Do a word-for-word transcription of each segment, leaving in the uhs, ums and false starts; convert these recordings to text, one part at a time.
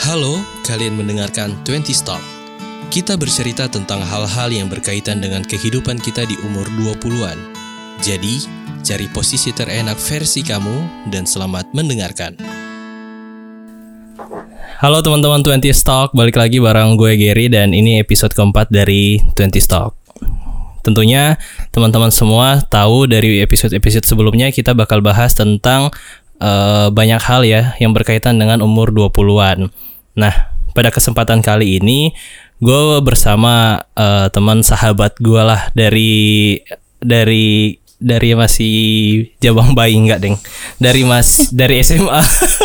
Halo, kalian mendengarkan twenty Talk. Kita bercerita tentang hal-hal yang berkaitan dengan kehidupan kita di umur dua puluhan. Jadi, cari posisi terenak versi kamu dan selamat mendengarkan. Halo teman-teman twenty Talk, balik lagi bareng gue Gary dan ini episode keempat dari twenty Talk. Tentunya teman-teman semua tahu dari episode-episode sebelumnya kita bakal bahas tentang uh, banyak hal ya yang berkaitan dengan umur dua puluhan. Nah, pada kesempatan kali ini gue bersama uh, teman sahabat gue lah dari dari dari masih jabang bayi enggak deng, dari mas dari S M A.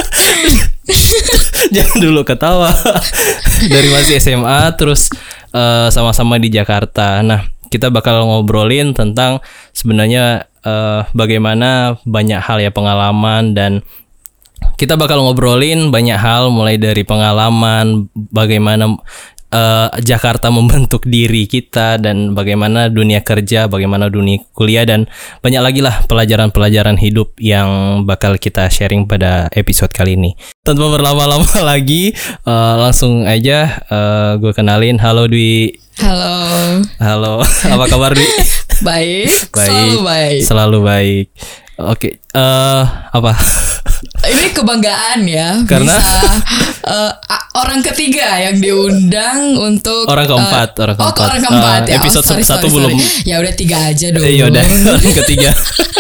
Jangan dulu ketawa. Dari masih S M A terus uh, sama-sama di Jakarta. Nah, kita bakal ngobrolin tentang sebenarnya uh, bagaimana banyak hal ya pengalaman, dan kita bakal ngobrolin banyak hal mulai dari pengalaman bagaimana uh, Jakarta membentuk diri kita, dan bagaimana dunia kerja, bagaimana dunia kuliah, dan banyak lagi lah pelajaran-pelajaran hidup yang bakal kita sharing pada episode kali ini. Tanpa berlama-lama lagi, uh, langsung aja uh, gue kenalin. Halo Dwi. Halo. Halo. Apa kabar Dwi? Baik. Baik. Selalu baik. Selalu baik. Oke. Uh, apa? Ini kebanggaan ya. Karena bisa uh, orang ketiga yang diundang untuk orang keempat, uh, orang keempat. Oh, orang keempat uh, ya. Episode oh, sorry, satu sorry, belum. Sorry. Ya udah tiga aja dulu. Iya udah orang ketiga.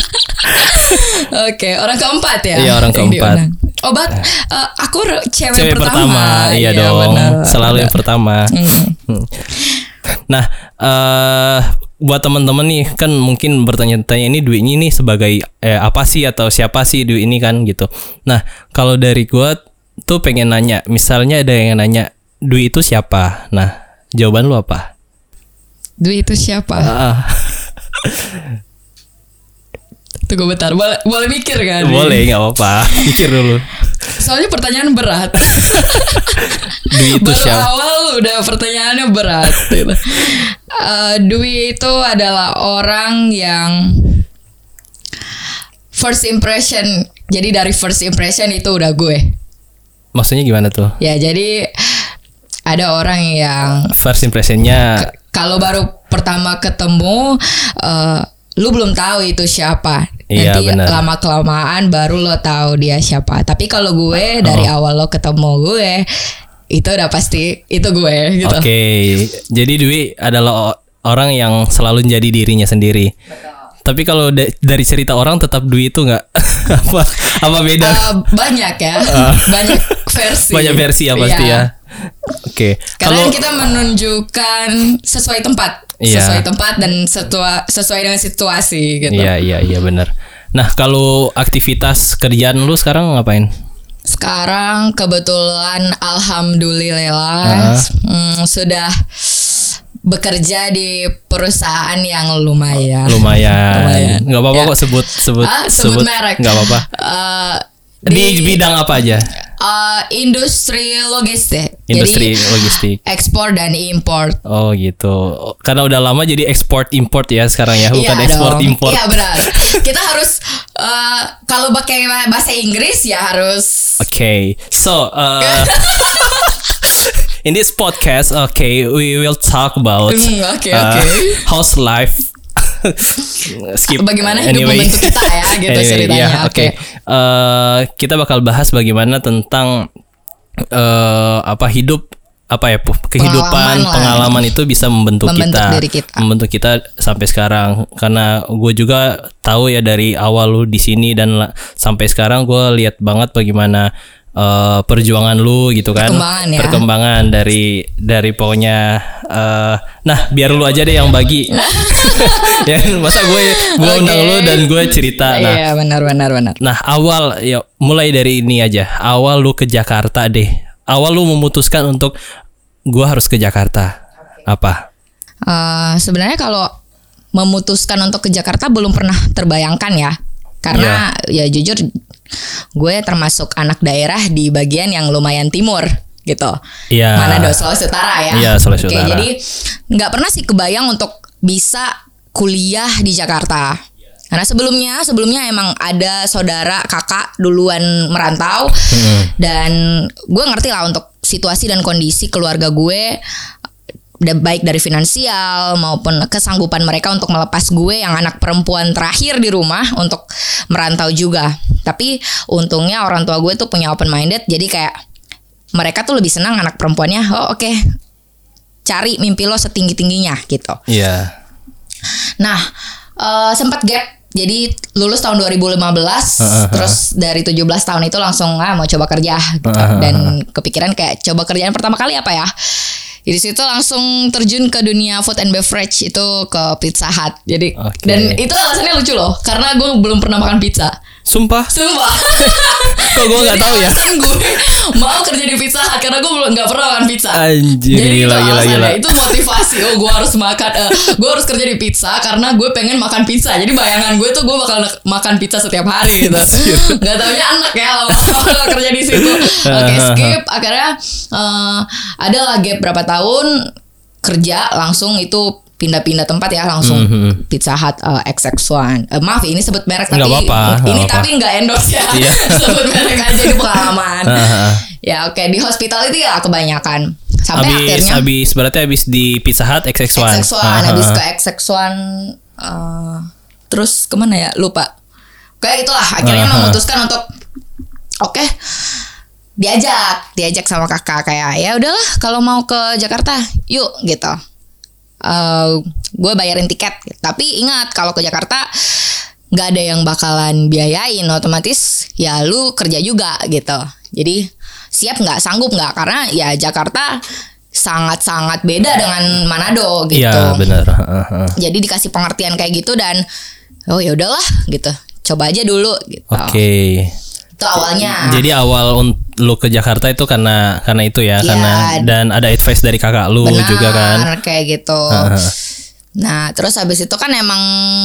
Oke, orang keempat ya. Iya, orang keempat. Oh, but uh, aku cewek, cewek pertama. pertama. Iya, iya dong. benar, Selalu benar. yang pertama. Mm. Nah, uh, buat teman-teman nih kan mungkin bertanya-tanya, ini Dwi ini nih sebagai eh, apa sih atau siapa sih Dwi ini kan gitu. Nah, kalau dari gua tuh pengen nanya, misalnya ada yang nanya Dwi itu siapa? Nah, jawaban lu apa? Dwi itu siapa? Ah. Tunggu bentar, boleh, boleh mikir kan? Boleh, nggak apa-apa, mikir dulu. Soalnya pertanyaan berat. Dwi itu Baru siapa? awal udah pertanyaannya berat gitu. uh, Dwi itu adalah orang yang first impression. Jadi dari first impression itu udah gue. Maksudnya gimana tuh? Ya jadi ada orang yang First impressionnya k- kalau baru pertama ketemu uh, lu belum tahu itu siapa. Iya, Nanti benar. lama-kelamaan baru lo tahu dia siapa. Tapi kalau gue dari Oh. awal lo ketemu gue, itu udah pasti itu gue gitu. Oke, jadi Dwi adalah o- orang yang selalu menjadi dirinya sendiri. Betul. Tapi kalau da- dari cerita orang tetap Dwi itu nggak apa apa beda? Uh, banyak ya, banyak versi. Banyak versi ya pasti Iya. ya. Oke. Karena Kalau kita menunjukkan sesuai tempat, Iya. sesuai tempat dan setua, sesuai dengan situasi gitu. iya iya iya benar. Nah, kalau aktivitas kerjaan lu sekarang ngapain? Sekarang kebetulan alhamdulillah Ah. hmm, sudah bekerja di perusahaan yang lumayan. Lumayan. Lumayan. Nggak apa-apa Ya. kok sebut sebut Ah, sebut merek. Nggak apa-apa. Uh, Di, bidang apa aja? uh, industri logistik. Industri Jadi, logistik. ekspor dan import. Oh gitu. Karena udah lama jadi ekspor import ya sekarang ya, bukan Iya ekspor dong. import. Iya benar. Kita harus uh, kalau pakai bahasa Inggris ya harus. Okay, so uh, in this podcast, okay, we will talk about Hmm, oke, uh, oke. house life. Skip. Bagaimana hidup Anyway. membentuk kita ya, gitu Anyway, ceritanya. yeah, Oke. okay. Uh, kita bakal bahas bagaimana tentang uh, apa hidup apa ya kehidupan Pengalaman lah. pengalaman itu bisa membentuk, Membentuk kita, diri kita. membentuk kita sampai sekarang. Karena gue juga tahu ya dari awal lu di sini dan la- sampai sekarang gue lihat banget bagaimana uh, perjuangan lu gitu kan, Perkembangan ya. perkembangan dari dari pokoknya. Uh, nah biar lu aja deh yang bagi. Ya, masa gue gue Oke. undang lu dan gue cerita. Nah, Iya benar benar benar. Nah awal ya mulai dari ini aja. Awal lu ke Jakarta deh. Awal lu memutuskan untuk gua harus ke Jakarta. Apa? Uh, sebenarnya kalau memutuskan untuk ke Jakarta belum pernah terbayangkan ya. Karena ya jujur gue termasuk anak daerah di bagian yang lumayan timur gitu. Iya. Manado, Sulawesi Utara ya. Iya, Sulawesi Oke, Utara. jadi nggak pernah sih kebayang untuk bisa kuliah di Jakarta. Karena sebelumnya sebelumnya emang ada saudara kakak duluan merantau, Hmm. dan gue ngerti lah untuk situasi dan kondisi keluarga gue, baik dari finansial maupun kesanggupan mereka untuk melepas gue yang anak perempuan terakhir di rumah untuk merantau juga. Tapi untungnya orang tua gue tuh punya open minded, jadi kayak mereka tuh lebih senang anak perempuannya. Oh oke, okay, cari mimpi lo setinggi tingginya gitu. Iya. Yeah. Nah uh, sempat gap. Jadi lulus tahun dua ribu lima belas, uh-huh. terus dari tujuh belas tahun itu langsung ah mau coba kerja gitu. Uh-huh. Dan kepikiran kayak coba kerjaan pertama kali apa ya? Di situ langsung terjun ke dunia food and beverage, itu ke Pizza Hut. Jadi okay. Dan itu alasannya lucu loh, karena gue belum pernah makan pizza. Sumpah. Sumpah. Kok gue nggak tahu ya? Gue mau kerja di Pizza Hut karena gue belum nggak pernah makan pizza. Anjir. Jadi gila, itu gila, alasannya. gila. Itu motivasi. Oh gue harus makan. Uh, gue harus kerja di pizza karena gue pengen makan pizza. Jadi bayangan gue tuh gue bakal makan pizza setiap hari gitu. Gak taunya anak ya lama-lama kerja di situ. Oke okay, skip. Akhirnya uh, ada lah gap berapa tahun kerja langsung itu. Pindah-pindah tempat ya langsung mm-hmm. Pizza Hut uh, X X one. Uh, maaf ini sebut merek tapi apa-apa, ini apa-apa. Tapi nggak endorse ya. Sebut merek aja di pengalaman. Ya oke okay. Di hospitality ya kebanyakan. Sampai abis, akhirnya habis berarti habis di Pizza Hut X X one. X X one habis ke X X one uh, terus kemana ya lupa. Kayak itulah akhirnya uh-huh. memutuskan untuk oke okay, diajak diajak sama kakak kayak ya udahlah kalau mau ke Jakarta yuk gitu. Uh, gue bayarin tiket, tapi ingat kalau ke Jakarta nggak ada yang bakalan biayain, otomatis ya lu kerja juga gitu. Jadi siap nggak, sanggup nggak, karena ya Jakarta sangat-sangat beda dengan Manado gitu. Iya benar. Uh-huh. Jadi dikasih pengertian kayak gitu dan oh ya udahlah gitu, coba aja dulu gitu. Oke. Okay. Itu awalnya. Jadi awal un- lu ke Jakarta itu karena karena itu ya, ya karena dan ada advice dari kakak lu benar, juga kan. Benar kayak gitu. Uh-huh. Nah, terus habis itu kan emang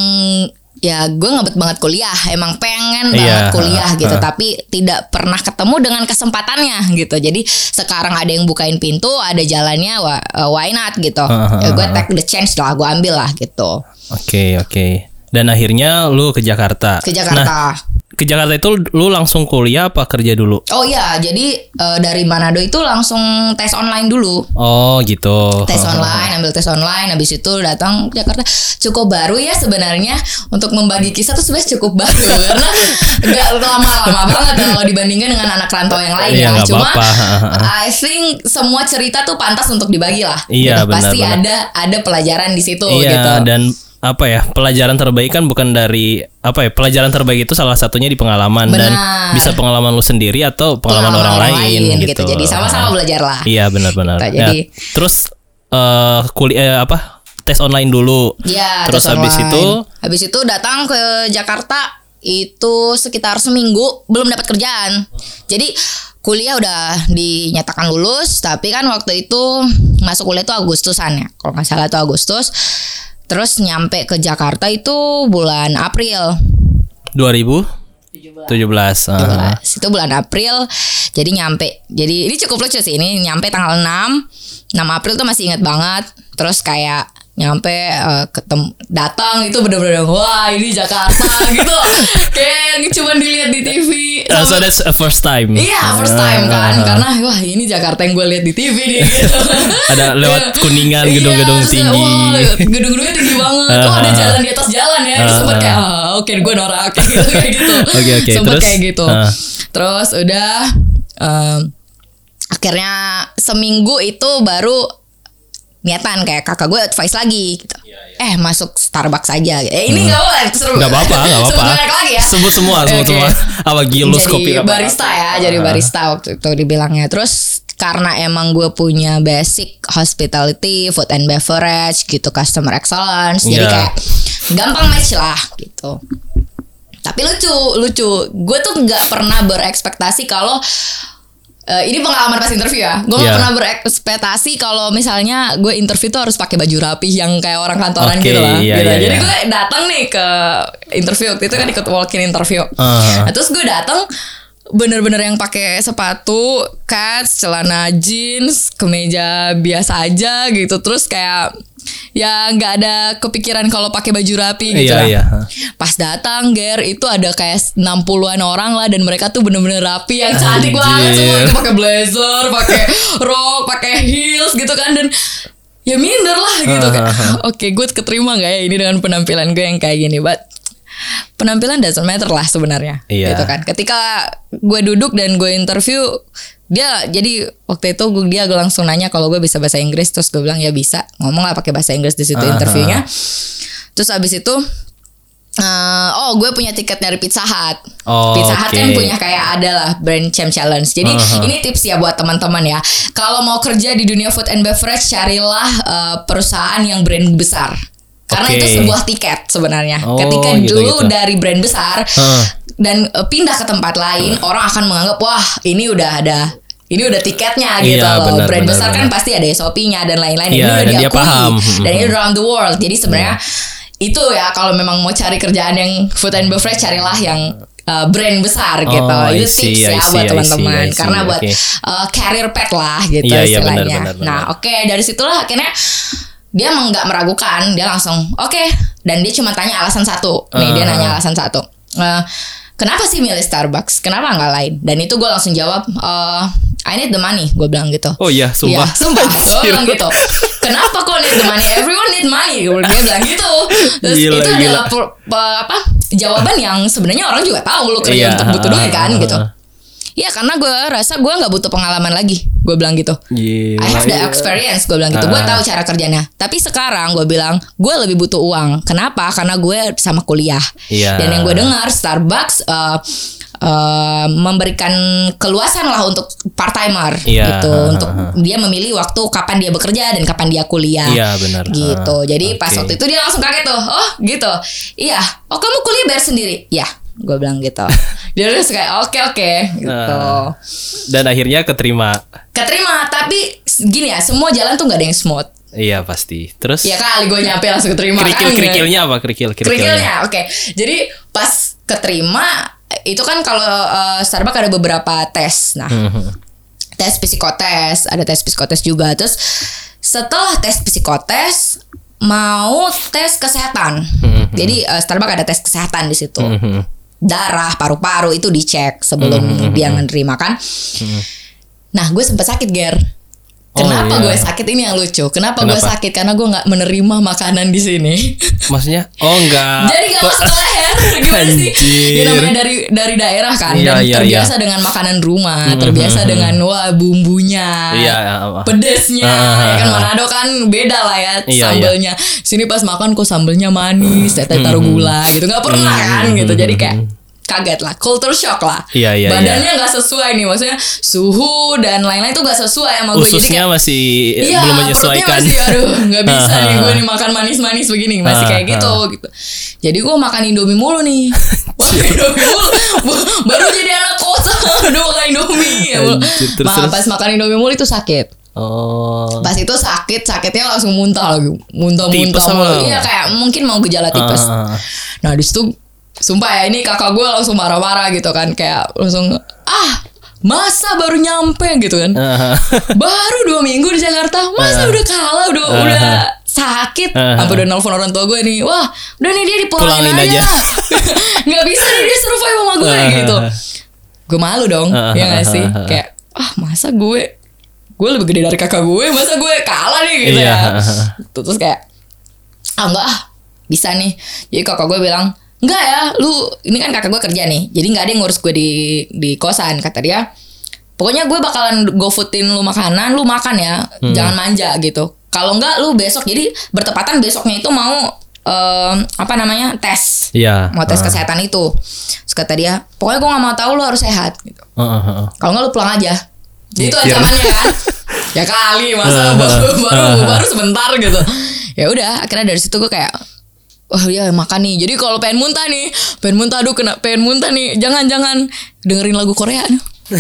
ya gue ngebet banget kuliah, emang pengen banget yeah. kuliah gitu, uh-huh. tapi tidak pernah ketemu dengan kesempatannya gitu. Jadi sekarang ada yang bukain pintu, ada jalannya, why not gitu. Uh-huh. Ya gue take the chance lah, gue ambil lah gitu. Oke okay, oke. Okay. Dan akhirnya lu ke Jakarta. Ke Jakarta. Nah, ke Jakarta itu lu langsung kuliah apa kerja dulu? Oh iya, jadi uh, dari Manado itu langsung tes online dulu. Oh gitu. Tes online, ambil tes online, habis itu datang ke Jakarta. Cukup baru ya sebenarnya untuk membagi kisah tuh sebenarnya cukup baru karena nggak lama-lama banget kalau dibandingkan dengan anak rantau yang lain ya. ya. Cuma apa-apa. I think semua cerita tuh pantas untuk dibagi lah. Iya, gitu. benar, Pasti benar. ada ada pelajaran di situ iya, gitu. Dan apa ya, pelajaran terbaik kan bukan dari apa ya, pelajaran terbaik itu salah satunya di pengalaman. Benar. Dan bisa pengalaman lu sendiri atau pengalaman, pengalaman orang, orang lain, lain gitu. Jadi sama-sama belajar lah. Iya benar-benar. Gitu, jadi ya, terus uh, kuliah apa tes online dulu. Iya. Terus tes habis online. itu habis itu datang ke Jakarta itu sekitar seminggu belum dapat kerjaan. Jadi kuliah udah dinyatakan lulus, tapi kan waktu itu masuk kuliah itu Agustusan ya, kalau nggak salah itu Agustus. Terus nyampe ke Jakarta itu bulan April dua ribu tujuh belas. Uh. Itu bulan April. Jadi nyampe. Jadi ini cukup lucu sih, ini nyampe tanggal enam April tuh masih ingat banget. Terus kayak nyampe uh, ketemu datang itu bener-bener wah ini Jakarta gitu. Kayak cuma dilihat di T V. Uh, so that's a first time. Iya first time kan, uh, karena wah ini Jakarta yang gue lihat di T V nih gitu. Ada lewat Kuningan gedung-gedung iya, tinggi. Wah, gedung-gedungnya tinggi banget. Uh, oh ada jalan di atas jalan ya. Terus sempet kayak ah, oke okay, gue norak kayak gitu kayak gitu. Oke oke. Sempet kayak gitu. Uh. Terus udah um, akhirnya seminggu itu baru niatan kayak kakak gue advice lagi gitu. Ya, ya. Eh masuk Starbucks aja. Eh ini nggak hmm. boleh. Nggak apa-apa, nggak apa-apa. Sebut merek lagi ya. Sebut semua, sebut okay. semua. Apa Gilus kopi apa? Jadi barista ya, uh. jadi barista waktu itu dibilangnya. Terus karena emang gue punya basic hospitality, food and beverage gitu, customer excellence, yeah. jadi kayak gampang match lah gitu. Tapi lucu, lucu. Gue tuh nggak pernah berekspektasi kalau Uh, ini pengalaman pas interview ya. Gue yeah. gak pernah berekspektasi kalau misalnya gue interview tuh harus pakai baju rapih yang kayak orang kantoran okay, gitu lah. Yeah, gitu. yeah, Jadi yeah. gue datang nih ke interview waktu itu kan ikut walk-in interview. Uh. Nah, terus gue datang bener-bener yang pakai sepatu, kets, celana jeans, kemeja biasa aja gitu. Terus kayak ya nggak ada kepikiran kalau pakai baju rapi gitu Iya, lah. iya. Pas datang Ger itu ada kayak enam puluhan orang lah dan mereka tuh bener-bener rapi yang cantik Anjir. banget semua itu pakai blazer, pakai rok, pakai heels gitu kan dan ya minder lah gitu kan. Oke, gue keterima nggak ya ini dengan penampilan gue yang kayak gini, but penampilan doesn't matter lah sebenarnya, Iya. gitu kan. Ketika gue duduk dan gue interview dia, jadi waktu itu gue, dia langsung nanya kalau gue bisa bahasa Inggris, terus gue bilang ya bisa, ngomong lah pakai bahasa Inggris di situ Uh-huh. interviewnya. Terus abis itu uh, oh gue punya tiket dari Pizza Hut. Oh, Pizza Hut oke. kan punya kayak ada lah brand champ challenge. Jadi Uh-huh. ini tips ya buat teman-teman ya. Kalau mau kerja di dunia food and beverage, carilah uh, perusahaan yang brand besar. Karena Oke. itu sebuah tiket sebenarnya. Oh, Ketika gitu, dulu gitu. dari brand besar Uh. dan uh, pindah ke tempat lain, orang akan menganggap wah ini udah ada, ini udah tiketnya gitu Iya, loh. benar, Brand benar, besar benar. kan pasti ada S O P-nya dan lain-lain. Iya, ini udah dan dia diakui paham. dan ini around the world. Jadi sebenarnya itu ya kalau memang mau cari kerjaan yang food and beverage, carilah yang uh, brand besar gitu. Oh, I Itu see, tips I ya see, buat I teman-teman. see, I see. Karena buat Oke. uh, career path lah gitu Iya, iya, istilahnya. benar, benar, benar. Nah, oke, dari situlah akhirnya dia emang nggak meragukan, dia langsung oke, dan dia cuma tanya alasan satu. Nih dia Uh. nanya alasan satu. Eh, kenapa sih milih Starbucks? Kenapa nggak lain? Dan itu gue langsung jawab, eh, I need the money. Gue bilang gitu. Oh iya, sumpah. Iya, sumpah. Gue Anjir. bilang gitu. Kenapa kok need the money? Everyone need money. Gue bilang gitu. Terus Gila, itu gila. adalah per- pe- apa? Jawaban yang sebenarnya orang juga tahu lu kerja Iya, untuk butuh duit kan uh, uh, gitu. uh. Iya, karena gue rasa gue nggak butuh pengalaman lagi. Gue bilang gitu. Gila, I have the iya. experience, gue bilang gitu. Gue Ah. tahu cara kerjanya. Tapi sekarang gue bilang gue lebih butuh uang. Kenapa? Karena gue sama kuliah. Iya. Dan yang gue dengar Starbucks uh, uh, memberikan keluasan lah untuk part timer Iya. gitu. Ah, Untuk ah, ah. dia memilih waktu kapan dia bekerja dan kapan dia kuliah. Iya, benar. Gitu. Ah, Jadi pas oke. waktu itu dia langsung kaget tuh. Oh gitu. Iya. Oh kamu kuliah bayar sendiri? Ya. Gue bilang gitu. Dia terus kayak oke oke gitu. Ah. Dan akhirnya keterima. Keterima, tapi gini ya, semua jalan tuh nggak ada yang smooth. Iya pasti. Terus Ya kali gue nyampe langsung keterima kerikil kan. kerikilnya apa? Kerikil kerikilnya. Kerikilnya, oke. Jadi pas keterima itu kan kalau uh, Starbucks ada beberapa tes. Nah, Mhm. tes psikotes, ada tes psikotes juga. Terus setelah tes psikotes mau tes kesehatan. Mhm. Jadi uh, Starbucks ada tes kesehatan di situ. Mhm. Darah, paru-paru itu dicek sebelum Mhm. dia menerima kan. Nah, gue sempat sakit, Ger. Oh, Kenapa iya. gue sakit, ini yang lucu. Kenapa, gue Kenapa? sakit? Karena gue nggak menerima makanan di sini. Maksudnya? Oh enggak. Jadi gak masuk ke leher. Gimana sih? Anjir. Ya namanya dari dari daerah kan. Iya, Dan iya, terbiasa dengan makanan rumah. Terbiasa dengan wah bumbunya. Iya. Pedesnya. Ah. Ya kan Manado kan beda lah ya Iya, sambelnya. Sini pas makan kok sambelnya manis. Teteh taruh gula gitu. Gak pernah kan gitu. Jadi kayak kaget lah, culture shock lah. Iya, iya, Badannya nggak sesuai nih, maksudnya suhu dan lain-lain tuh nggak sesuai sama gue. Jadi Ususnya kayak, masih iya, belum menyesuaikan. perutnya masih, aduh nggak bisa nih gue nih makan manis-manis begini, masih kayak gitu gitu. Jadi gue makan Indomie mulu nih. Indomie mulu. Baru jadi anak kosan udah makan Indomie. Anjir, terus, Ma, terus. pas makan Indomie mulu itu sakit. Oh. Pas itu sakit, sakitnya langsung muntah lagi, muntah-muntah Tipes mulu. sama- Iya kayak mungkin mau gejala tipes. Ah. Nah di situ sumpah ya, ini kakak gue langsung marah-marah gitu kan, kayak langsung ah masa baru nyampe gitu kan, Ah. baru dua minggu di Jakarta, masa udah kalah, udah Ah. udah sakit, Ah. sampai udah nelfon orang tua gue nih, wah udah nih dia dipulangin Pulangin aja, aja. nggak bisa nih dia survive sama gue Ah. gitu, gue malu dong, Ah. ya nggak sih, kayak ah masa gue gue lebih gede dari kakak gue, masa gue kalah nih gitu ya, Iya. terus kayak ah enggak ah bisa nih, jadi kakak gue bilang enggak ya, lu ini kan kakak gue kerja nih, jadi nggak ada yang ngurus gue di di kosan, kata dia. Pokoknya gue bakalan GoFoodin lu makanan, lu makan ya, Hmm. jangan manja gitu. Kalau enggak lu besok, jadi bertepatan besoknya itu mau em, apa namanya tes, Iya. mau tes Ah. kesehatan itu. Terus kata dia, pokoknya gue nggak mau tahu lu harus sehat. Gitu. Ah, ah, ah. Kalau enggak lu pulang aja. Itu Mikir. ancamannya kan. Ya kali masa baru baru, baru sebentar gitu. Ya udah, akhirnya dari situ gue kayak oh ya makan nih. Jadi kalau pengen muntah nih, pengen muntah aduh kena pengen muntah nih, jangan-jangan dengerin lagu Korea nih.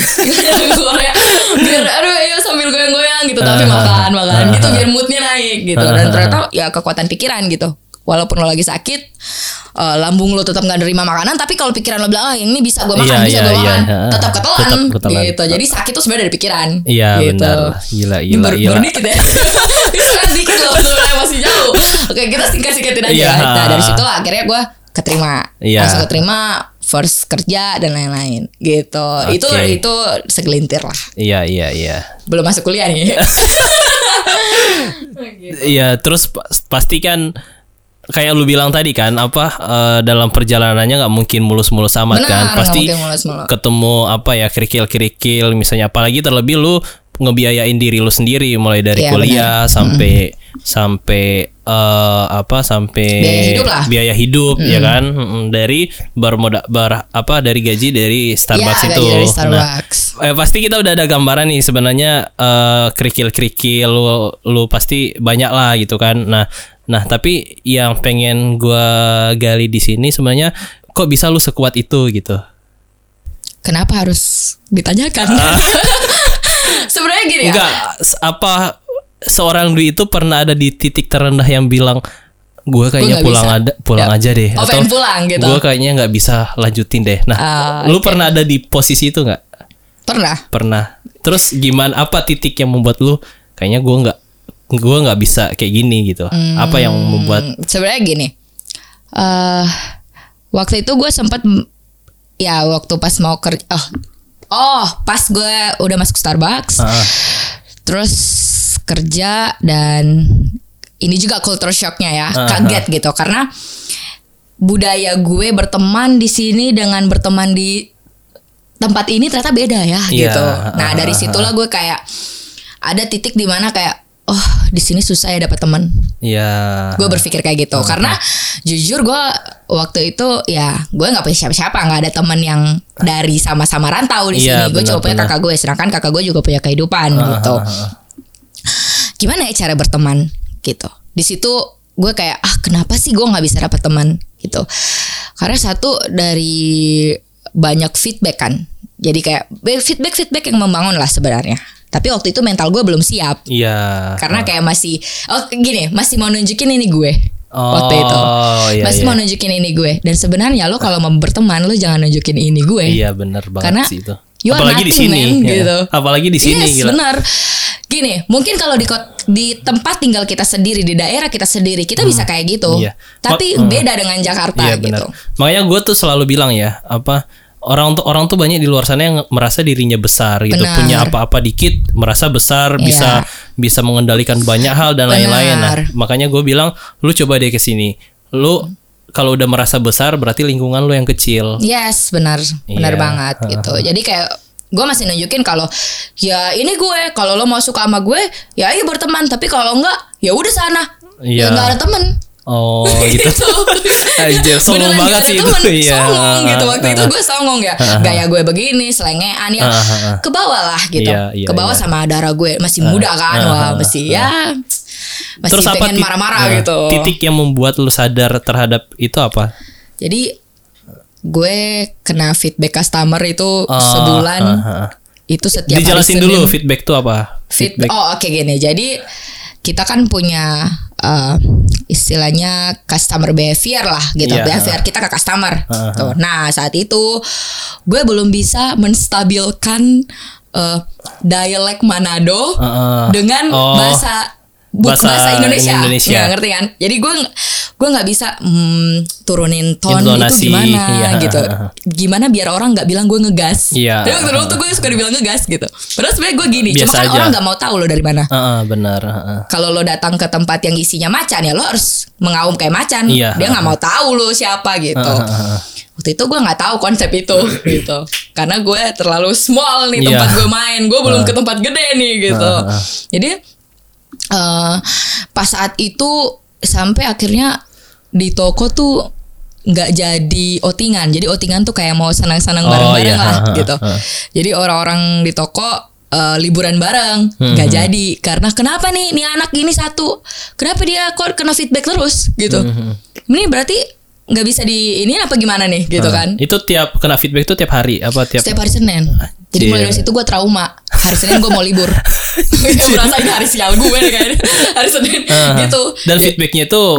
Lagu Korea. Biar aduh ayo sambil goyang-goyang gitu, tapi makan makan gitu biar moodnya naik gitu. Dan ternyata ya kekuatan pikiran gitu. Walaupun lo lagi sakit, uh, lambung lo tetap nggak nerima makanan, tapi kalau pikiran lo bilang ah yang ini bisa gue makan, Iya, bisa iya, gue iya. makan, tetap ketelan, Tetap ketelan. gitu. Jadi sakit tuh sebenarnya dari pikiran. Iya, gitu. benar. Gila, Ini gila, baru, gila. baru dikit ya. Ini sangat dikit loh sebenarnya, masih jauh Oke, kita singkat-singkatin aja. Iya. Nah, dari situ lah akhirnya gue keterima. Iya. Langsung keterima, first kerja dan lain-lain gitu. Oke. Itu itu segelintir lah. Iya iya iya. Belum masuk kuliah nih. Iya, terus pa- pasti kan kayak lu bilang tadi kan apa eh, dalam perjalanannya nggak mungkin mulus-mulus amat. Benar, kan nggak pasti mungkin mulus-mulus. ketemu apa ya kerikil-kerikil misalnya, apalagi terlebih lu ngebiayain diri lu sendiri mulai dari Iya, kuliah sampai sampai eh, apa sampai Biaya hidup lah. biaya hidup, ya kan. Mm, dari bermoda ber apa dari gaji dari Starbucks Ya, itu. gaji dari Nah, Starbucks. eh, pasti kita udah ada gambaran nih sebenarnya eh, kerikil-kerikil lu lu pasti banyak lah gitu kan. Nah, nah tapi yang pengen gua gali di sini sebenarnya kok bisa lu sekuat itu gitu. Kenapa harus ditanyakan? Sebenarnya gini ya. Enggak, s- apa seorang Dwi itu pernah ada di titik terendah yang bilang gue kayaknya nggak pulang bisa. ada pulang Ya. aja deh, Oh, pengen pulang gitu. gue kayaknya nggak bisa lanjutin deh. Nah, Ah, lu oke. pernah ada di posisi itu nggak? Pernah. Pernah. Terus gimana? Apa titik yang membuat lu kayaknya gue nggak gue nggak bisa kayak gini gitu? Apa yang membuat? Hmm, sebenarnya gini. eh waktu itu gue sempat m- ya waktu pas mau kerja. Oh, oh pas gue udah masuk Starbucks. Ah, Terus kerja dan ini juga culture shocknya ya, Ah, kaget gitu karena budaya gue berteman di sini dengan berteman di tempat ini ternyata beda ya Iya, gitu. Nah ah, dari ah, situlah gue kayak ada titik di mana kayak oh di sini susah ya dapat teman. ya. Gue berpikir kayak gitu karena jujur gue waktu itu ya gue nggak punya siapa-siapa, nggak ada teman yang dari sama-sama rantau di Iya, sini. Gue cuma punya benar-benar. kakak gue, sedangkan kakak gue juga punya kehidupan gitu. Gimana ya cara berteman gitu? Di situ gue kayak ah kenapa sih gue nggak bisa dapat teman gitu? Karena satu dari banyak feedback kan, jadi kayak feedback feedback yang membangun lah sebenarnya. Tapi waktu itu mental gue belum siap. Iya. Karena kayak masih oh gini, masih mau nunjukin ini gue. Oh, Waktu itu iya, masih iya. mau nunjukin ini gue. Dan sebenarnya lo kalau mau berteman lo jangan nunjukin ini gue. Iya benar banget Karena sih itu. you are Apalagi di nothing, sini, man, ya. gitu. Apalagi di sini Yes, gila. benar. Gini, mungkin kalau di kot- di tempat tinggal kita sendiri, di daerah kita sendiri, kita bisa kayak gitu. Iya. Tapi Mak- beda dengan Jakarta Iya gitu. benar. Makanya gue tuh selalu bilang ya, apa orang tuh orang tuh banyak di luar sana yang merasa dirinya besar gitu, Benar. punya apa-apa dikit merasa besar, Iya. bisa bisa mengendalikan banyak hal dan Benar. lain-lain. Nah, makanya gue bilang, lu coba deh ke sini. Lu kalau udah merasa besar berarti lingkungan lu yang kecil. Yes, benar, benar Iya. banget gitu. Jadi kayak gue masih nunjukin kalau ya ini gue, kalau lo mau suka sama gue, ya ayo berteman. Tapi kalau enggak, ya udah sana. Iya. Ya nggak ada temen. Oh gitu. Anjir, sombong Beneran banget nggak ada sih itu. temen. Iya. Songong gitu. Waktu itu gue songong ya. Gaya gue begini, selengean ya. Ke bawah lah gitu. Iya, iya, Ke bawah iya. sama darah gue. Masih muda kan. Wah masih ya. Masih Terus apa pengen tit- marah-marah nah, gitu. Titik yang membuat lu sadar terhadap itu apa? Jadi gue kena feedback customer itu Oh, sebulan. ah, ah. Itu setiap hari Dijelasin Senin. dulu feedback itu apa? Feed- oh oke gini, jadi kita kan punya uh, istilahnya customer behavior lah gitu. Iya. Behavior kita ke customer. Uh-huh. Tuh. Nah saat itu gue belum bisa menstabilkan uh, dialek Manado Uh-uh. dengan Oh. bahasa bu- Bahasa bahasa, Indonesia, Indonesia. Nggak ngerti kan? Jadi gue gue nggak bisa mm, turunin tone Intonasi, itu gimana iya. gitu. Gimana biar orang nggak bilang gue ngegas. Iya. Jadi waktu dulu tuh gue suka dibilang ngegas gitu. Padahal sebenarnya gue gini, Biasa cuma kan aja. orang nggak mau tahu lo dari mana. Heeh, benar. heeh. Kalau lo datang ke tempat yang isinya macan ya lo harus mengaum kayak macan. Iya. Dia nggak mau tahu lo siapa gitu. Heeh. Waktu itu gue nggak tahu konsep itu gitu. Karena gue terlalu small nih tempat Iya. gue main. Gue belum ke tempat gede nih gitu. Heeh. Jadi eh, pas saat itu sampai akhirnya di toko tuh nggak jadi outingan. Jadi outingan tuh kayak mau senang-senang Oh, bareng-bareng iya. lah Ha, gitu. ha. Jadi orang-orang di toko eh, liburan bareng nggak Hmm. jadi karena kenapa nih nih anak ini satu kenapa dia kok kena feedback terus gitu. Hmm. Ini berarti nggak bisa di ini apa gimana nih gitu kan? Itu tiap kena feedback itu tiap hari apa tiap? Setiap hari Senin. Jadi mulai dari situ gue trauma. Hari Senin gue mau libur. Gue merasa ini hari sial gue nih kayaknya. Hari Senin Heeh. gitu. Dan feedbacknya itu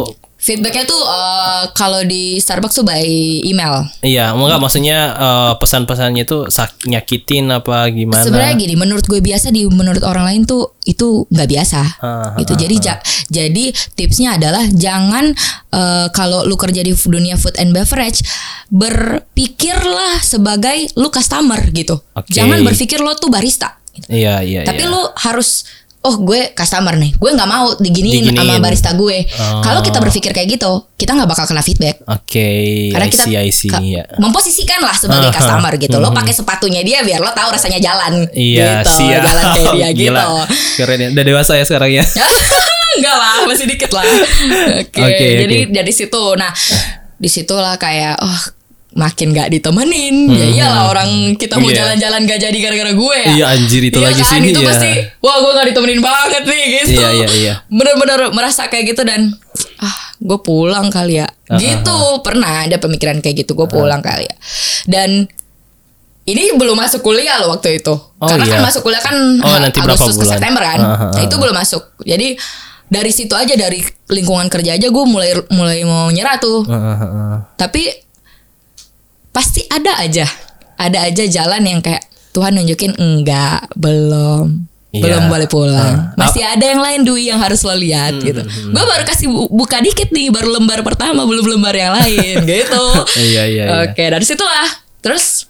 Feedbacknya tuh uh, kalau di Starbucks tuh by email. Iya, enggak maksudnya uh, pesan-pesannya tuh sak nyakitin apa gimana? Sebenarnya gini, menurut gue biasa, di menurut orang lain tuh itu nggak biasa. Ah, gitu. ah, Jadi ah. ja- jadi tipsnya adalah jangan uh, kalau lu kerja di dunia food and beverage, berpikirlah sebagai lu customer gitu. Oke. Jangan berpikir lo tuh barista. Gitu. Iya, iya, Tapi iya. lu harus, oh gue customer nih, gue nggak mau diginiin, Diginiin. sama barista gue. Oh. Kalau kita berpikir kayak gitu, kita nggak bakal kena feedback. Oke, Karena I kita see, I see, ka- ya. memposisikan lah sebagai Ah, customer ah. gitu. Lo Hmm. pakai sepatunya dia biar lo tahu rasanya jalan. Iya, gitu, siap. jalan kayak dia gitu. Gila. Keren ya. Udah dewasa ya sekarang ya. Enggak lah, masih dikit lah. Oke, Oke, jadi oke. dari situ, nah disitulah kayak, oh makin gak ditemenin. Ya iyalah, orang kita mau Iya. jalan-jalan gak jadi gara-gara gue ya. Iya, anjir, itu Iya lagi kan? sih, Itu iya. pasti, wah gue gak ditemenin banget nih gitu. Iya, iya, iya. Bener-bener merasa kayak gitu dan ah gue pulang kali ya. Ah, Gitu, pernah ada pemikiran kayak gitu, gue pulang kali ya. Dan ini belum masuk kuliah loh waktu itu. Oh, Karena iya. kan masuk kuliah kan Oh, ha- nanti berapa Agustus ke bulan? September kan. Ah, ah, Nah, itu ah. belum masuk. Jadi dari situ aja, dari lingkungan kerja aja gue mulai mulai mau nyerah tuh. Heeh, heeh. Tapi pasti ada aja, ada aja jalan yang kayak Tuhan nunjukin enggak, belum, Iya. belum boleh pulang. Ah. Masih ada yang lain Dwi yang harus lo lihat gitu. Gue baru kasih bu- buka dikit nih, baru lembar pertama, belum lembar yang lain gitu. Iya, iya, iya. Oke, dari situlah. Terus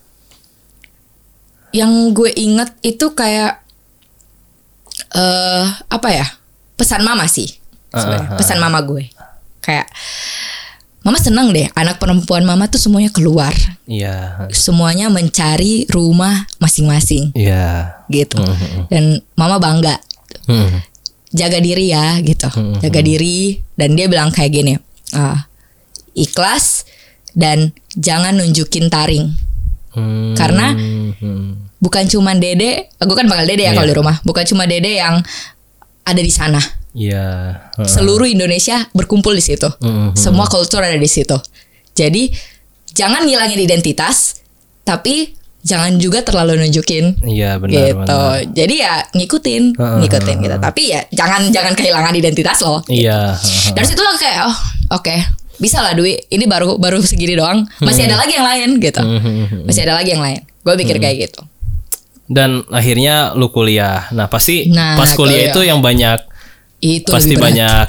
yang gue inget itu kayak eh apa ya? Pesan mama sih. sebenarnya. Ah, ah. Pesan mama gue. Kayak mama seneng deh, anak perempuan mama tuh semuanya keluar. Iya. Semuanya mencari rumah masing-masing Iya. gitu. Mhm. Dan mama bangga. Hmm. Jaga diri ya gitu. Mhm. Jaga diri, dan dia bilang kayak gini. Ah, ikhlas dan jangan nunjukin taring. Hmm. Karena Hmm. bukan cuma Dede, gue kan bakal Dede ya Iya. kalau di rumah. Bukan cuma Dede yang ada di sana. Iya. Heeh. Seluruh Indonesia berkumpul di situ. Mhm. Semua kultur ada di situ. Jadi jangan ngilangin identitas, tapi jangan juga terlalu nunjukin. Iya, benar, Gitu. benar. Jadi ya ngikutin, Heeh, ngikutin heeh, gitu. Tapi ya jangan jangan kehilangan identitas lo. Iya. heeh. Dari situ lo kayak, oh oke, bisa lah Dwi. Ini baru baru segini doang. Masih ada lagi yang lain gitu. Mhm. Masih ada lagi yang lain. Gue pikir kayak gitu. Dan akhirnya lu kuliah. Nah, pasti Nah, pas kuliah kuliah. itu yang banyak Itu pasti lebih berat. banyak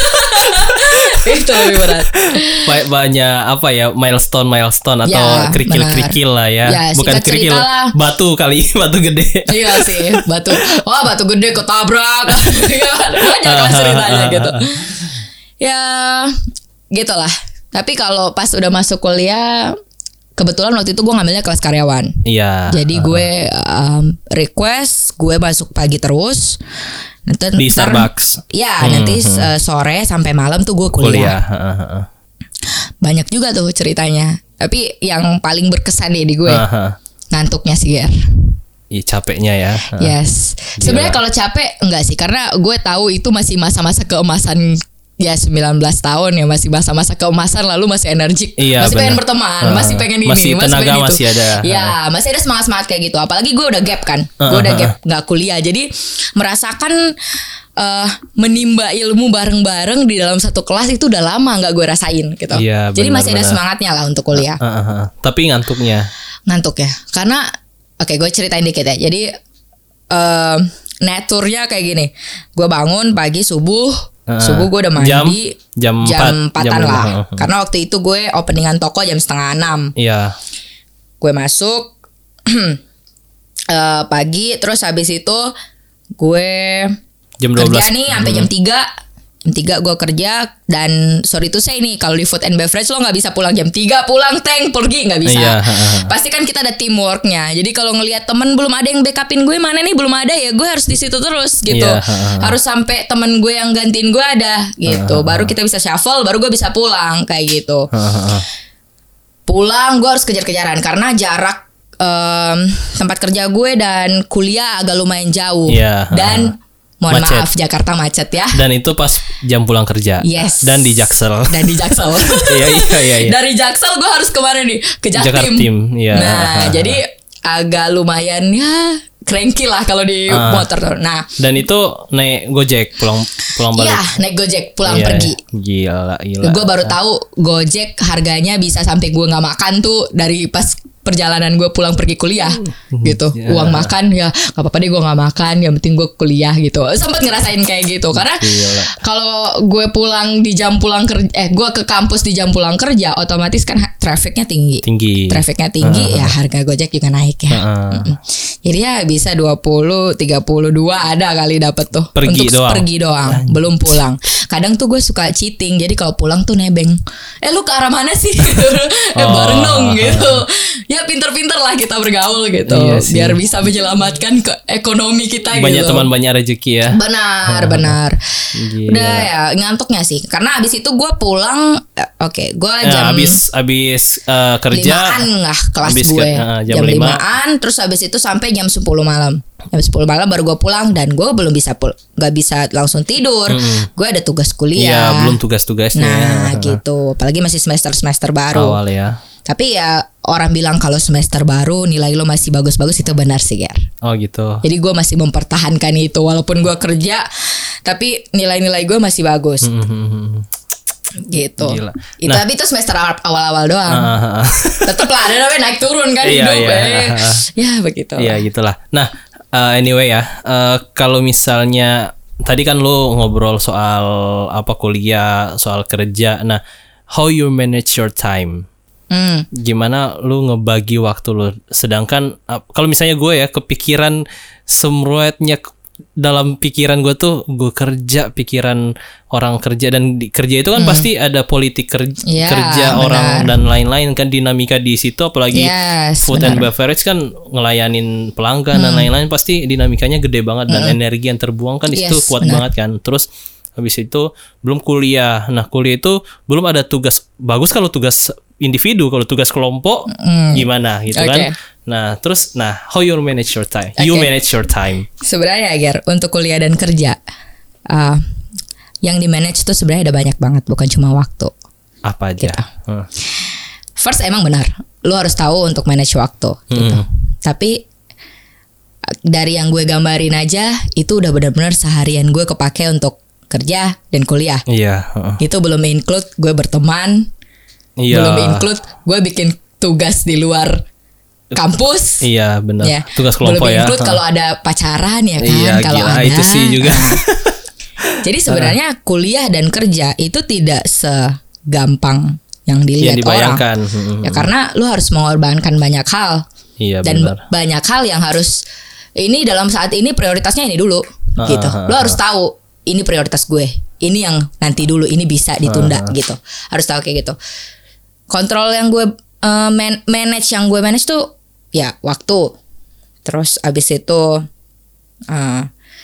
Itu lebih berat. ba- banyak apa ya, milestone milestone atau Ya, kerikil-kerikil lah ya. Ya, Bukan singkat kerikil, cerita lah. batu kali, batu gede. Iya sih, batu. Wah, batu gede ketabrak. Iya, banyak lah ceritanya gitu. Ya, gitulah. Tapi kalau pas udah masuk kuliah, kebetulan waktu itu gue ngambilnya kelas karyawan. Iya. Jadi gue um, request gue masuk pagi terus. Nanti, Di ntar- Starbucks. Ya, nanti uh, sore sampai malam tuh gue kuliah. Kuliah. heeh, heeh. Banyak juga tuh ceritanya. Tapi yang paling berkesan nih di gue, Aha. ngantuknya sih, Ger. Iya, capeknya ya. Heeh. Yes. Sebenarnya kalau capek enggak sih, karena gue tahu itu masih masa-masa keemasan. Ya sembilan belas tahun ya, masih masa-masa keemasan, lalu masih energik, Iya, masih pengen benar. berteman, Uh, masih pengen ini, masih tenaga pengen itu. masih ada. Ya, masih ada semangat-semangat kayak gitu. Apalagi gue udah gap kan, gue udah gap nggak kuliah, jadi merasakan eh, menimba ilmu bareng-bareng di dalam satu kelas itu udah lama nggak gue rasain gitu. Iya, Jadi masih ada benar-benar. semangatnya lah untuk kuliah. Heeh, heeh. Tapi ngantuknya. Ngantuk ya, karena oke gue ceritain dikit ya. Jadi eh naturnya kayak gini, gue bangun pagi subuh. Uh, Subuh gue udah mandi jam- jam empat, empatan jam lah. lima. Karena waktu itu gue openingan toko jam setengah enam. Iya. Gue masuk eh, pagi, terus habis itu gue Jam dua belas. kerja nih sampai jam tiga. Jam tiga gue kerja, dan sorry to say nih, kalau di food and beverage lo nggak bisa pulang jam tiga, pulang tank pergi nggak bisa. Iya. Pasti kan kita ada teamworknya. Jadi kalau ngelihat temen belum ada yang backupin gue, mana nih belum ada ya, gue harus di situ terus gitu. Iya. Harus sampai temen gue yang gantiin gue ada gitu. Baru kita bisa shuffle, baru gue bisa pulang kayak gitu. Heeh. Pulang gue harus kejar-kejaran karena jarak em, tempat kerja gue dan kuliah agak lumayan jauh. Iya. Dan mohon Macet. maaf, Jakarta macet ya. Dan itu pas jam pulang kerja. Yes. Dan di Jaksel. Dan di Jaksel. Iya, iya, iya, iya. Dari Jaksel gue harus kemana nih? Ke Jatim. Jakartim, iya. Nah, jadi agak lumayan ya cranky lah kalau di Ah. motor tuh. Nah, Dan itu naik Gojek pulang pulang balik. iya naik Gojek pulang Iya, pergi. Gila, gila. Gue baru tahu Gojek harganya bisa sampai gue nggak makan tuh dari pas perjalanan gue pulang pergi kuliah gitu. Ya. Uang makan ya nggak apa-apa deh gue nggak makan, yang penting gue kuliah gitu. Sempet ngerasain kayak gitu karena Gila. kalau gue pulang di jam pulang kerja, eh gue ke kampus di jam pulang kerja, otomatis kan ha- trafficnya tinggi. Tinggi. Trafficnya tinggi ya harga Gojek juga naik ya. Ah. Mm-mm. Jadi ya bisa dua puluh, tiga puluh dua ada kali dapet tuh Pergi untuk doang. pergi doang, belum pulang. Kadang tuh gue suka cheating, jadi kalau pulang tuh nebeng. Eh lu ke arah mana sih? eh Oh. bareng dong gitu. Ya pinter-pinter lah kita bergaul gitu, Iya sih. biar bisa menyelamatkan ke ekonomi kita Banyak gitu. teman banyak rezeki ya. Benar, benar. Gila. Udah ya ngantuknya sih, karena abis itu gue pulang, eh, oke, gue Nah, jam habis habis eh, kerja limaan lah kelas habis gue, ke- eh, jam jam lima. limaan, terus abis itu sampai jam sepuluh malam. Jam sepuluh malam baru gue pulang dan gue belum bisa pul, nggak bisa langsung tidur. Gue ada tugas Iya, kuliah. belum tugas-tugasnya. Nah gitu, apalagi masih semester semester baru. Awal ya. Tapi ya orang bilang kalau semester baru nilai lo masih bagus-bagus, itu benar sih Ger. Oh gitu. Jadi gue masih mempertahankan itu walaupun gue kerja, tapi nilai-nilai gue masih bagus. Mhm. Gitu. Gila. Itu Nah. tapi itu semester awal-awal doang. Ah, Tetep lah ada namanya naik turun kan Iya, hidup. iya. eh. Ya begitu. Iya gitulah. Nah, uh, anyway ya, uh, kalau misalnya tadi kan lu ngobrol soal apa kuliah, soal kerja. Nah, how you manage your time? Hmm. Gimana lu ngebagi waktu lu? Sedangkan uh, kalau misalnya gue ya kepikiran semruetnya k- dalam pikiran gue tuh gue kerja, pikiran orang kerja, dan di, kerja itu kan pasti ada politik kerja, Ya, kerja benar. orang dan lain-lain kan, dinamika di situ, apalagi Yes, food and benar. beverage kan ngelayanin pelanggan dan lain-lain, pasti dinamikanya gede banget dan energi yang terbuang kan di situ Yes, kuat benar. banget kan. Terus habis itu belum kuliah. Nah, kuliah itu belum ada tugas. Bagus kalau tugas individu, kalau tugas kelompok gimana gitu Oke. kan. Nah, terus nah how you manage your time? You Oke. manage your time. Sebenarnya Ger, untuk kuliah dan kerja, uh, yang di manage tuh sebenarnya ada banyak banget, bukan cuma waktu. Apa aja? Gitu. Huh. First emang benar, lu harus tahu untuk manage waktu. Gitu. Mm. Tapi uh, dari yang gue gambarin aja, itu udah benar-benar seharian gue kepake untuk kerja dan kuliah. Iya, heeh. Itu belum include gue berteman, Iya. belum include gue bikin tugas di luar kampus. Iya, benar. Ya. Tugas kelompok belum ya. include Heeh. kalau ada pacaran ya kan, Iya, kalau gila, ada. itu sih juga. Jadi sebenarnya kuliah dan kerja itu tidak segampang yang dilihat Yang orang. dibayangkan. Mm-mm. Ya karena lu harus mengorbankan banyak hal. Iya, Dan benar. ba- banyak hal yang harus, ini dalam saat ini prioritasnya ini dulu Ah, gitu. ah, Lu harus tahu ini prioritas gue. Ini yang nanti dulu, ini bisa ditunda Ah, gitu. Harus tahu kayak gitu. Kontrol yang gue uh, man- manage yang gue manage tuh ya waktu. Terus abis itu uh,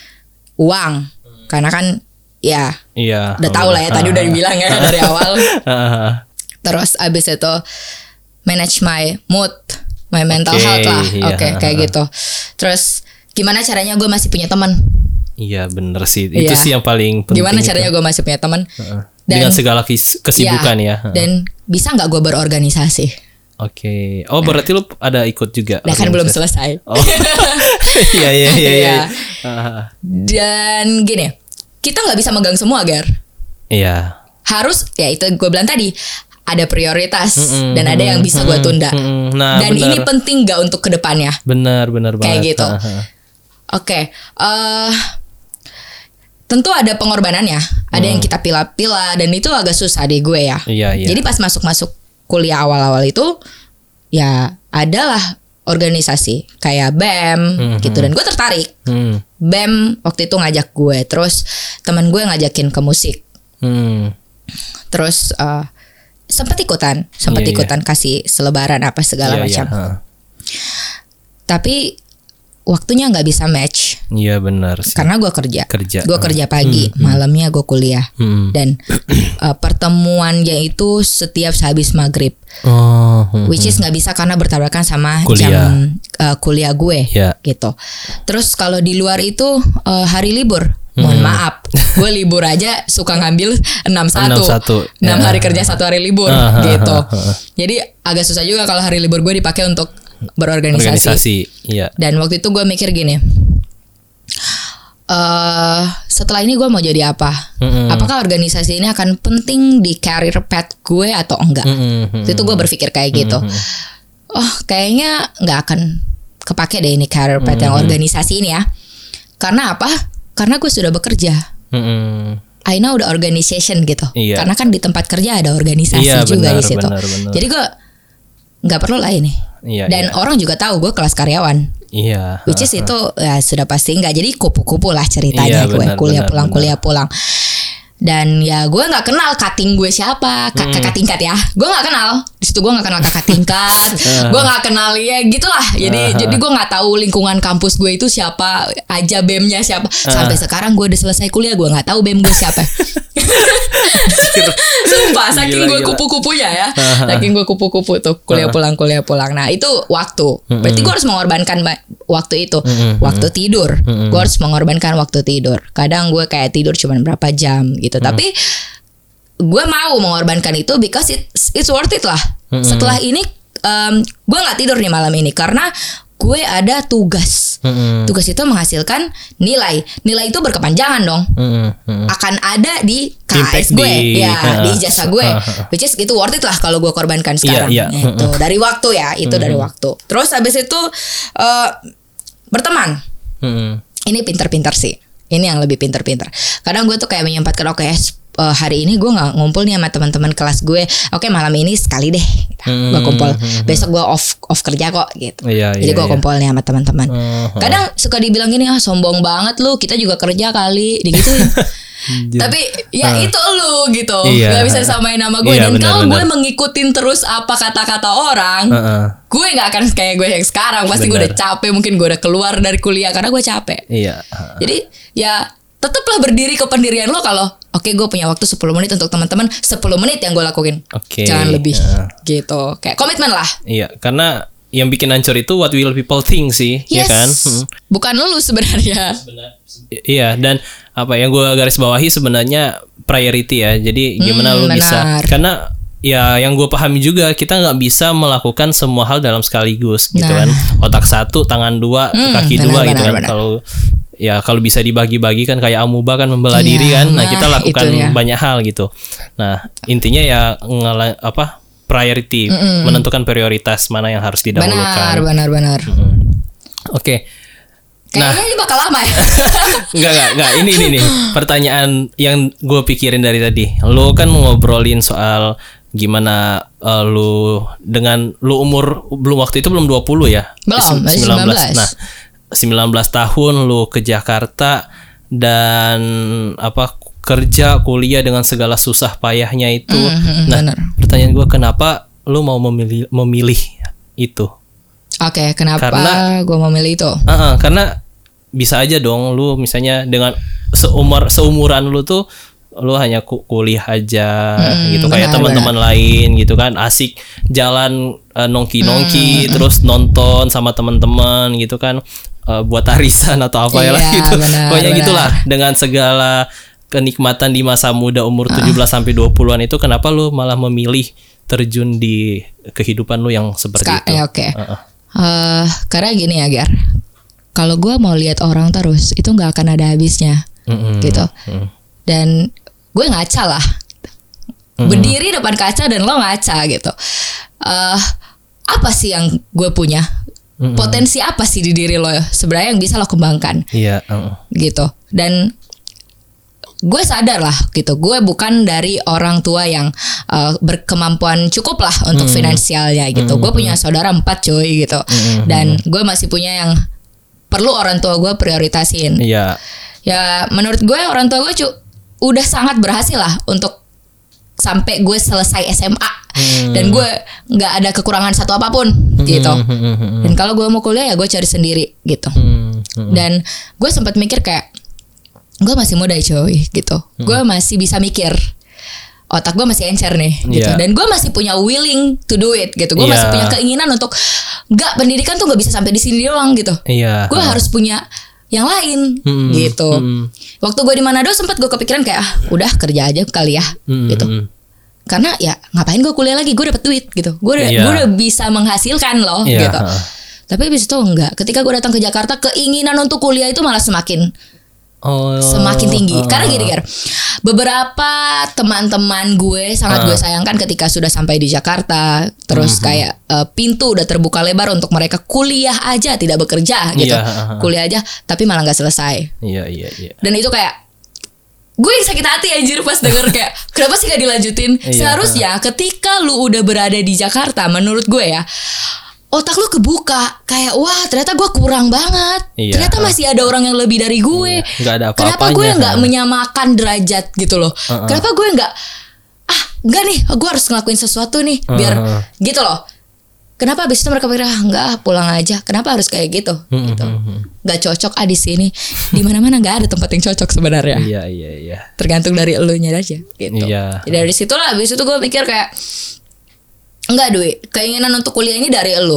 uang. Karena kan ya Iya. udah tahu lah ya, tadi udah dibilang ya dari awal. Heeh. Terus abis itu manage my mood, my mental Oke, health lah. iya. Oke, kayak gitu. Terus gimana caranya gue masih punya teman? Iya, bener sih. Itu Iya. sih yang paling penting. Gimana itu. caranya gue masih punya teman? Dengan segala kis- kesibukan ya. Heeh. Dan bisa nggak gue berorganisasi? Oke. Oh, berarti lu ada ikut juga. Nah kan belum organisasi? selesai. Oh. Iya, iya, iya, iya. Iya. Ah, Dan gini, kita nggak bisa megang semua, Gar. Iya. Harus, ya itu gue bilang tadi, ada prioritas Mm-mm, dan ada yang bisa gue tunda. mm-mm. Nah, Dan benar. ini penting nggak untuk kedepannya? Benar, benar banget. Kayak gitu. Ah, ah. Oke, eh tentu ada pengorbanannya, ada yang kita pilih-pilih dan itu agak susah di gue ya. Iya, iya. Jadi pas masuk-masuk kuliah awal-awal itu, ya adalah organisasi kayak B E M gitu, dan gue tertarik. Hmm. B E M waktu itu ngajak gue, terus teman gue ngajakin ke musik, Hmm. terus eh sempat ikutan, sempat Iya, iya. ikutan kasih selebaran apa segala Iya, macam. Iya, ah. Tapi waktunya nggak bisa match. Iya, benar sih. Karena gue kerja, Kerja. gue kerja pagi, malamnya gue kuliah, Hmm. dan uh, pertemuannya itu setiap sehabis maghrib, Oh. hmm, which is nggak bisa karena bertabrakan sama Kuliah. jam uh, kuliah gue, Ya. gitu. Terus kalau di luar itu uh, hari libur, mohon maaf, gue libur aja suka ngambil enam satu, enam satu. enam Ya. hari kerja satu hari libur, Ah, ah, gitu. ah, ah. Jadi agak susah juga kalau hari libur gue dipakai untuk berorganisasi. Organisasi, iya. Dan waktu itu gue mikir gini, uh, setelah ini gue mau jadi apa? Mm-hmm. Apakah organisasi ini akan penting di career path gue atau enggak? Mm-hmm. Itu gue berpikir kayak gitu. Mm-hmm. Oh, kayaknya nggak akan kepake deh ini career path mm-hmm. yang organisasi ini ya. Karena apa? Karena gue sudah bekerja. Mm-hmm. I know the organization gitu. Iya. Karena kan di tempat kerja ada organisasi iya, juga benar, di situ. Benar, benar. Jadi gue nggak perlu lah ini. Iya, Dan iya. orang juga tahu gue kelas karyawan. Iya. Which is itu ya sudah pasti nggak. Jadi kupu-kupu lah ceritanya iya, gue benar, kuliah benar, pulang benar. kuliah pulang. Dan ya gue nggak kenal cutting gue siapa, K- hmm. kakak tingkat ya. Gue nggak kenal. Di situ gue nggak kenal kakak tingkat. Gue nggak kenal ya gitulah. Jadi uh-huh. jadi gue nggak tahu lingkungan kampus gue itu siapa aja, B E M-nya siapa. Sampai uh. sekarang gue udah selesai kuliah gue nggak tahu B E M gue siapa. Sumpah saking gue kupu-kupunya ya. Saking gue kupu-kupu tuh kuliah pulang kuliah pulang. Nah itu waktu. Berarti gue harus mengorbankan waktu itu. Waktu tidur. Gue harus mengorbankan waktu tidur. Kadang gue kayak tidur cuma berapa jam gitu. Hmm. Tapi gue mau mengorbankan itu because it, it's worth it lah. Hmm. Setelah ini um, gue nggak tidur nih malam ini karena gue ada tugas. Hmm. Tugas itu menghasilkan nilai. Nilai itu berkepanjangan dong. Hmm. Hmm. Akan ada di K S gue, di, ya uh, di ijazah gue. Uh, Which is itu worth it lah kalau gue korbankan sekarang. Yeah, yeah. Itu dari waktu ya. Itu hmm. dari waktu. Terus habis itu uh, berteman. Hmm. Ini pinter-pinter sih. Ini yang lebih pinter-pinter. Kadang gue tuh kayak menyempatkan oke okay, uh, hari ini gue nggak ngumpul nih sama teman-teman kelas gue. Oke okay, malam ini sekali deh hmm, gue kumpul. Hmm, Besok gue off off kerja kok gitu. Iya, Jadi iya, gue iya. kumpul nih sama teman-teman. Uh, uh. Kadang suka dibilang gini ah sombong banget lu. Kita juga kerja kali. Digituin. Tapi ya uh. itu lu gitu. Iya. Gak bisa disamain nama gue. Iya, Dan kalau gue mengikutin terus apa kata-kata orang, uh -uh. gue gak akan kayak gue yang sekarang. Pasti gue udah capek. Mungkin gue udah keluar dari kuliah karena gue capek. Iya. Uh. Jadi ya tetaplah berdiri ke pendirian lo. Kalau oke okay, gue punya waktu sepuluh menit untuk teman-teman, sepuluh menit yang gue lakuin. Okay. Jangan lebih uh. gitu. Kayak komitmen lah. Iya. Karena yang bikin hancur itu what will people think sih. Yes. Ya kan? Hmm. Bukan lu sebenarnya. Iya. Dan apa yang gue garis bawahi sebenarnya priority ya. Jadi gimana hmm, lu benar. bisa, karena ya yang gue pahami juga kita nggak bisa melakukan semua hal dalam sekaligus gitu nah. kan. Otak satu, tangan dua, hmm, kaki benar, dua benar, gitu kan. Kalau ya kalau bisa dibagi-bagi kan kayak amuba kan membelah ya, diri kan. Nah, nah kita lakukan banyak hal gitu. Nah intinya ya ngel- apa priority, Mm-mm. menentukan prioritas mana yang harus didahulukan. Benar benar benar. Mm-hmm. Oke. Okay. Kayaknya nah, ini bakal lama ya. Enggak, enggak, enggak. Ini, ini nih pertanyaan yang gue pikirin dari tadi. Lo kan ngobrolin soal gimana uh, lu dengan lu umur belum waktu itu belum dua puluh ya? Belum, sembilan belas. Nah, sembilan belas tahun lu ke Jakarta dan apa kerja, kuliah dengan segala susah payahnya itu. Mm-hmm, nah, bener. Pertanyaan gue kenapa lu mau memilih memilih itu? Oke, okay, kenapa gue memilih itu? Uh-uh, karena bisa aja dong lu misalnya dengan seumur seumuran lu tuh lu hanya kuliah aja hmm, gitu benar, kayak teman-teman lain gitu kan, asik jalan uh, nongki-nongki hmm, terus nonton sama teman-teman gitu kan, uh, buat arisan atau apa iya, ya lah gitu. Pokoknya gitulah dengan segala kenikmatan di masa muda umur uh. tujuh belas sampai dua puluhan itu, kenapa lu malah memilih terjun di kehidupan lu yang seperti Ska, itu? Ya, oke. Okay. Uh-uh. Uh, karena gini ya Gar, kalau gue mau lihat orang terus itu nggak akan ada habisnya, mm-hmm. gitu. Mm. Dan gue ngaca lah, mm-hmm. berdiri depan kaca dan lo ngaca gitu. Uh, apa sih yang gue punya? Mm-hmm. Potensi apa sih di diri lo sebenarnya yang bisa lo kembangkan? Iya. Yeah. Uh. Gitu. Dan gue sadar lah gitu, gue bukan dari orang tua yang uh, berkemampuan cukup lah untuk mm. finansialnya gitu. Mm. Gue punya saudara empat cuy gitu, mm. dan gue masih punya yang perlu orang tua gue prioritasin. Iya. Ya menurut gue orang tua gue cu- udah sangat berhasil lah untuk sampai gue selesai S M A, mm. dan gue nggak ada kekurangan satu apapun mm. gitu. Mm. Dan kalau gue mau kuliah ya gue cari sendiri gitu. Mm. Mm. Dan gue sempat mikir kayak gue masih muda coy gitu, hmm. gue masih bisa mikir, otak gue masih encer nih gitu, yeah. dan gue masih punya willing to do it gitu, gue yeah. masih punya keinginan untuk nggak, pendidikan tuh nggak bisa sampai di sini doang gitu, yeah. gue hmm. harus punya yang lain hmm. gitu. Hmm. Waktu gue di Manado sempat gue kepikiran kayak ah udah kerja aja kali ya hmm. gitu, karena ya ngapain gue kuliah lagi, gue dapet duit gitu, gue udah, Iya. gue udah bisa menghasilkan loh Iya. gitu. Tapi habis itu enggak. Ketika gue datang ke Jakarta, keinginan untuk kuliah itu malah semakin Oh, semakin tinggi. oh. Karena gini, Ger, beberapa teman-teman gue sangat Ah. gue sayangkan ketika sudah sampai di Jakarta, terus Mhm. kayak uh, pintu udah terbuka lebar untuk mereka kuliah aja, tidak bekerja gitu, Iya, ah, ah. kuliah aja, tapi malah nggak selesai. Iya iya iya. Dan itu kayak gue yang sakit hati anjir pas denger kayak kenapa sih gak dilanjutin. Iya. Seharusnya ketika lu udah berada di Jakarta, menurut gue ya, otak lu kebuka kayak wah ternyata gue kurang banget. Iya. Ternyata masih ada orang yang lebih dari gue. Iya. Nggak ada Kenapa apa-apanya, gue nggak kan? menyamakan derajat gitu loh. Uh-uh. Kenapa gue nggak ah enggak nih, gue harus ngelakuin sesuatu nih biar Uh-uh. gitu loh. Kenapa abis itu mereka pikir ah enggak ah, pulang aja. Kenapa harus kayak gitu? Hmm, Gitu. hmm, hmm. Nggak cocok ah di sini. Di mana-mana nggak ada tempat yang cocok sebenarnya. Iya iya iya. Tergantung dari elunya aja gitu. Iya. Jadi dari situlah abis itu gue mikir kayak enggak Dwi, keinginan untuk kuliah ini dari elu.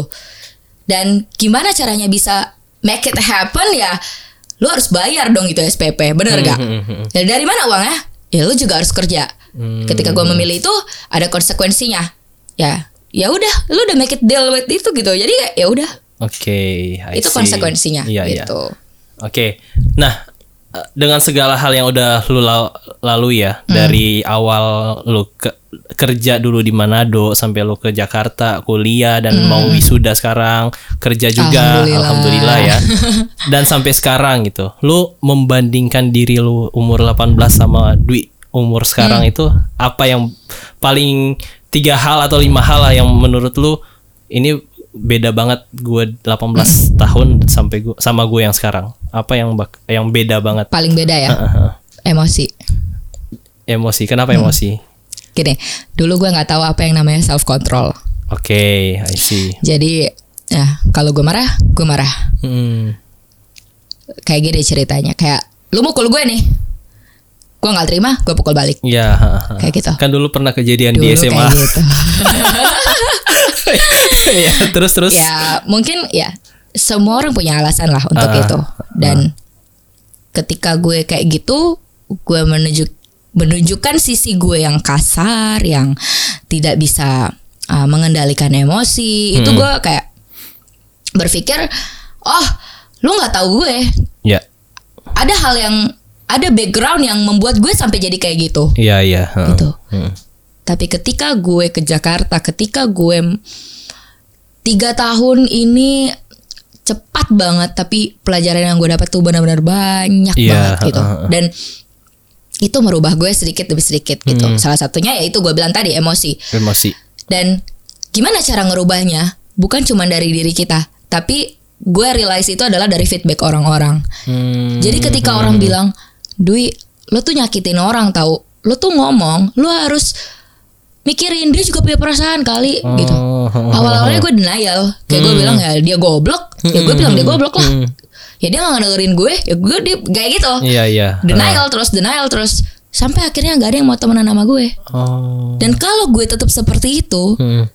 Dan gimana caranya bisa make it happen ya? Lu harus bayar dong itu S P P, bener gak? Hmm, hmm, hmm. Ya dari mana uangnya? Ya lu juga harus kerja. Hmm. Ketika gue memilih itu ada konsekuensinya. Ya, ya udah, lu udah make it deal with itu gitu. Jadi kayak ya udah, Oke, I itu see. konsekuensinya Iya, iya. gitu. Oke. Nah, eh, dengan segala hal yang udah lu la- lalui ya, dari awal lu ke- kerja dulu di Manado sampai lu ke Jakarta kuliah dan mau wisuda sekarang, kerja juga Alhamdulillah. alhamdulillah ya. Dan sampai sekarang gitu. Lu membandingkan diri lu umur delapan belas sama Dwi umur sekarang itu apa yang paling tiga hal atau lima hal lah yang menurut lu ini beda banget gue delapan belas tahun sampai gua sama gue yang sekarang. Apa yang bak- yang beda banget? Paling beda ya, Heeh. emosi. Emosi. Kenapa emosi? Gini, dulu gue nggak tahu apa yang namanya self control. Oke, I see. Jadi, ya kalau gue marah, gue marah. Hmm. Kayak gini ceritanya, kayak lu mukul gue nih, gue nggak terima, gue pukul balik. Ya, heeh. Kayak gitu. Kan dulu pernah kejadian Dulu di S M A. kayak gitu. Ya, terus terus. Ya mungkin ya semua orang punya alasan lah untuk Ah, itu. Dan ketika gue kayak gitu, gue menunjuk menunjukkan sisi gue yang kasar, yang tidak bisa uh, mengendalikan emosi. Itu Hmm. gue kayak berpikir, oh lu nggak tahu gue. Ya. Ada hal yang ada background yang membuat gue sampai jadi kayak gitu. Iya, iya. heeh. Gitu. Hmm. Tapi ketika gue ke Jakarta, ketika gue m- tiga tahun ini cepat banget, tapi pelajaran yang gue dapat tuh benar-benar banyak Iya, banget gitu. uh, uh. Dan itu merubah gue sedikit demi sedikit gitu. Hmm. Salah satunya yaitu gue bilang tadi emosi. Emosi. Dan gimana cara ngerubahnya? Bukan cuma dari diri kita, tapi gue realize itu adalah dari feedback orang-orang. Hmm. Jadi ketika orang bilang, Dwi, lo tuh nyakitin orang tahu, lo tuh ngomong, lo harus mikirin dia juga punya perasaan kali Oh, gitu. oh, oh, Awal-awalnya gue denial, kayak gue bilang ya dia goblok, ya gue bilang dia goblok lah. Hmm. Ya dia nggak dengerin gue, ya gue dia kayak gitu. Iya, iya. Denial terus, denial terus, sampai akhirnya nggak ada yang mau temenan sama gue. Oh. Dan kalau gue tetap seperti itu, Hmm.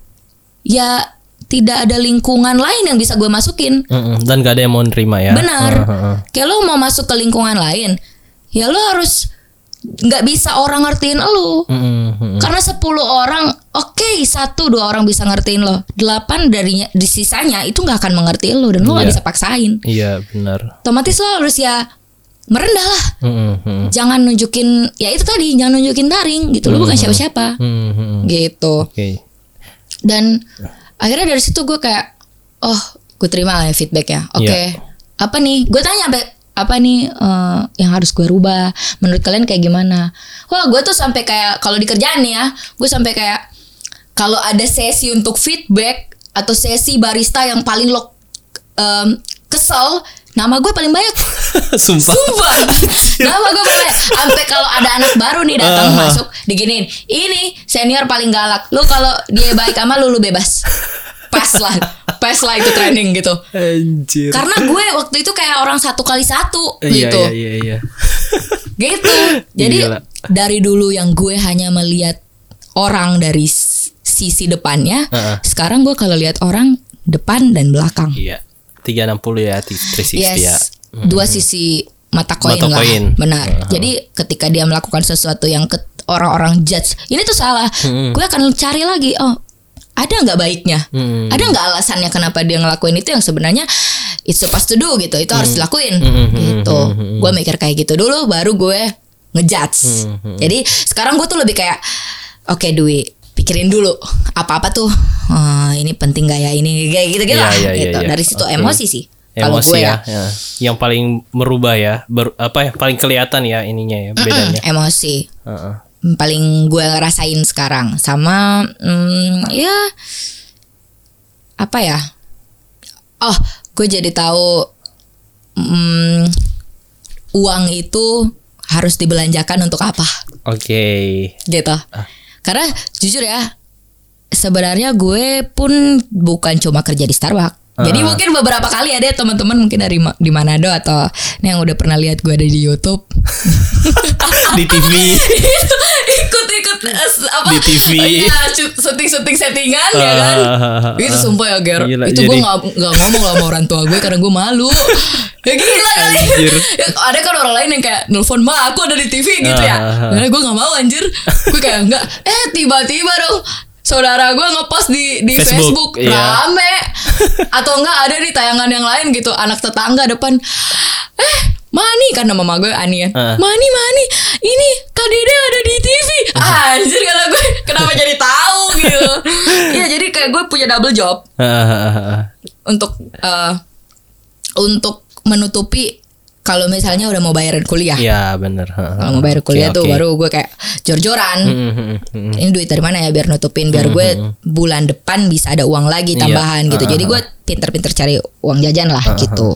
ya tidak ada lingkungan lain yang bisa gue masukin. Mm-mm. Dan gak ada yang mau nerima ya. Benar. Heeh, heeh. Kayak lo mau masuk ke lingkungan lain, ya lo harus nggak bisa orang ngertiin lo. Mm-mm, mm-mm. Karena sepuluh orang, oke satu dua orang bisa ngertiin lo, delapan darinya di sisanya itu nggak akan mengerti lo dan lo nggak Iya. bisa paksain. Iya, benar. Otomatis lo harus ya merendah lah. Mm-mm, mm-mm. Jangan nunjukin, ya itu tadi jangan nunjukin taring gitu. Lo bukan siapa-siapa. Mm-mm, mm-mm. Gitu. Oke. Dan akhirnya dari situ gue kayak, oh gue terima lah ya feedbacknya. Oke, Iya. apa nih? Gue tanya sampai apa nih eh, yang harus gue rubah? Menurut kalian kayak gimana? Wah gue tuh sampai kayak kalau di kerjaan nih ya, gue sampai kayak kalau ada sesi untuk feedback atau sesi barista yang paling lo em, kesel, nama gue paling banyak. Sumpah. Sumpah. Nama gue paling banyak. Sampai kalau ada anak baru nih datang Uh-huh. masuk, diginiin. Ini senior paling galak. Lu kalau dia baik sama lu, lu bebas. Pas lah. Pas lah itu training gitu. Anjir. Karena gue waktu itu kayak orang satu kali satu Iya, gitu. iya, iya, iya. Gitu. Jadi Gila. dari dulu yang gue hanya melihat orang dari s- sisi depannya, Uh-uh. sekarang gue kalau lihat orang depan dan belakang. Iya. tiga enam puluh ya, tiga enam puluh ya. Yes, dua sisi mata koin Mata lah, koin. benar. Uh-huh. Jadi ketika dia melakukan sesuatu yang ke- orang-orang judge ini tuh salah, hmm. gue akan cari lagi, oh ada nggak baiknya, hmm. ada nggak alasannya kenapa dia ngelakuin itu yang sebenarnya it's supposed to do gitu, itu hmm. harus dilakuin hmm. gitu. Hmm. Gue mikir kayak gitu dulu, baru gue ngejudge. Hmm. Jadi sekarang gue tuh lebih kayak, oke okay, Dwi, pikirin dulu apa-apa tuh, oh, ini penting gak ya, ini kayak gitu-gitu yeah, lah. Yeah, gitu. yeah, yeah. Dari situ okay. emosi sih. Kalau Emosi gue ya, ya, ya, yang paling merubah ya, ber, apa ya, paling kelihatan ya ininya ya bedanya. Mm-mm, emosi. Uh-uh. Paling gue ngerasain sekarang sama mm, ya apa ya, oh gue jadi tahu mm, uang itu harus dibelanjakan untuk apa. Oke okay. Gitu uh. Karena jujur ya, sebenarnya gue pun bukan cuma kerja di Starbucks. Uh. Jadi mungkin beberapa kali ada teman-teman mungkin dari ma- di Manado atau yang udah pernah lihat gue ada di YouTube, di T V, ikut-ikut apa di T V, ya, syuting-syuting settingan uh, ya kan. Uh, itu sumpah ya Ger, gila, itu jadi... gue nggak nggak ngomong sama orang tua gue karena gue malu. Ya gila kali. Ada kan orang lain yang kayak nelfon, ma aku ada di T V gitu ya. Karena gue nggak mau anjir. Gue kayak enggak. Eh tiba-tiba dong saudara gue ngepost di di Facebook, Facebook iya. rame. Atau enggak ada di tayangan yang lain gitu, anak tetangga depan, eh Mani, karena mama gue Ani ya, uh. Mani Mani ini Kak Dede ada di T V. uh. Anjir kata gue, kenapa jadi tahu gitu. Iya jadi kayak gue punya double job uh. untuk uh, untuk menutupi kalau misalnya udah mau bayaran kuliah. Iya benar. Kalau mau bayar kuliah okay, tuh okay. baru gue kayak jor-joran. Mm-hmm. Ini duit dari mana ya biar nutupin, biar gue bulan depan bisa ada uang lagi tambahan yeah. gitu. Uh-huh. Jadi gue pinter-pinter cari uang jajan lah uh-huh. gitu.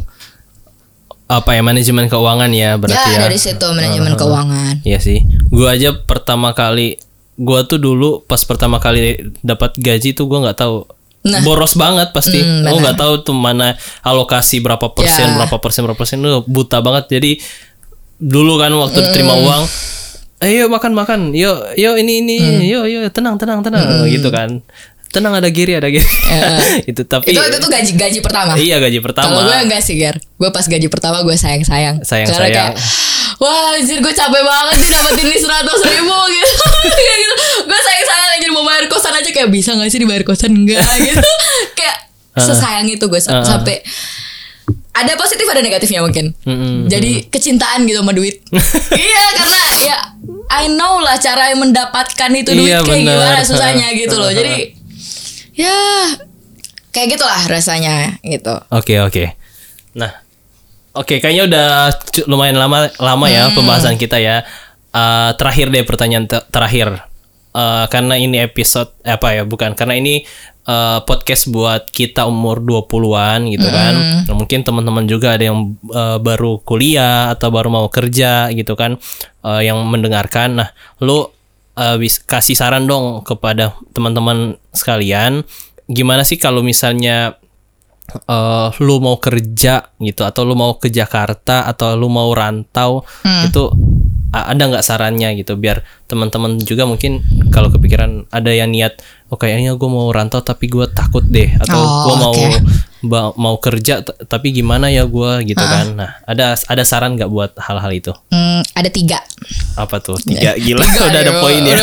Apa ya, manajemen keuangan ya berarti ya. Ya dari situ manajemen uh-huh. keuangan. Iya sih. Gue aja pertama kali, gue tuh dulu pas pertama kali dapat gaji tuh gue nggak tahu. Nah. Boros banget pasti. Mm, oh nggak tahu tuh mana alokasi berapa persen, yeah. berapa persen, berapa persen, lu buta banget. Jadi dulu kan waktu mm. terima uang, ayo makan makan, yuk yuk ini ini, mm. yuk yuk tenang tenang tenang, mm. gitu kan. Tenang ada giri ada giri. Yeah. itu tapi itu itu tuh gaji gaji pertama. Iya gaji pertama. Kalau gue enggak sih Ger, gue pas gaji pertama gue sayang sayang. Sayang Karena sayang. Kayak, wah anjir gue capek banget sih dapat ini seratus ribu gitu. Kayak gitu. Gue sayang-sayang aja mau bayar kosan aja kayak bisa gak sih dibayar kosan enggak gitu. Kayak sesayang itu gue uh. sampai ada positif ada negatifnya mungkin. Mm-hmm. Jadi kecintaan gitu sama duit. Iya karena ya I know lah cara mendapatkan itu duit iya, kayak bener. Gimana susahnya gitu loh. Jadi ya kayak gitulah rasanya gitu. Oke okay, oke. Okay. Nah Oke, okay, kayaknya udah lumayan lama lama ya hmm. pembahasan kita ya. Uh, terakhir deh pertanyaan ter- terakhir. Uh, karena ini episode apa ya? Bukan karena ini uh, podcast buat kita umur dua puluhan gitu hmm. kan. Nah, mungkin teman-teman juga ada yang uh, baru kuliah atau baru mau kerja gitu kan, uh, yang mendengarkan. Nah, lu uh, bis- kasih saran dong kepada teman-teman sekalian. Gimana sih kalau misalnya Uh, lu mau kerja gitu atau lu mau ke Jakarta atau lu mau rantau hmm. itu ada nggak sarannya gitu biar teman-teman juga mungkin kalau kepikiran ada yang niat oh kayaknya gue mau rantau tapi gue takut deh atau oh, gue mau okay. ba- mau kerja t- tapi gimana ya gue gitu uh. kan. Nah ada ada saran nggak buat hal-hal itu? Hmm, ada tiga. Apa tuh tiga? Gila tiga, udah ada poin ya.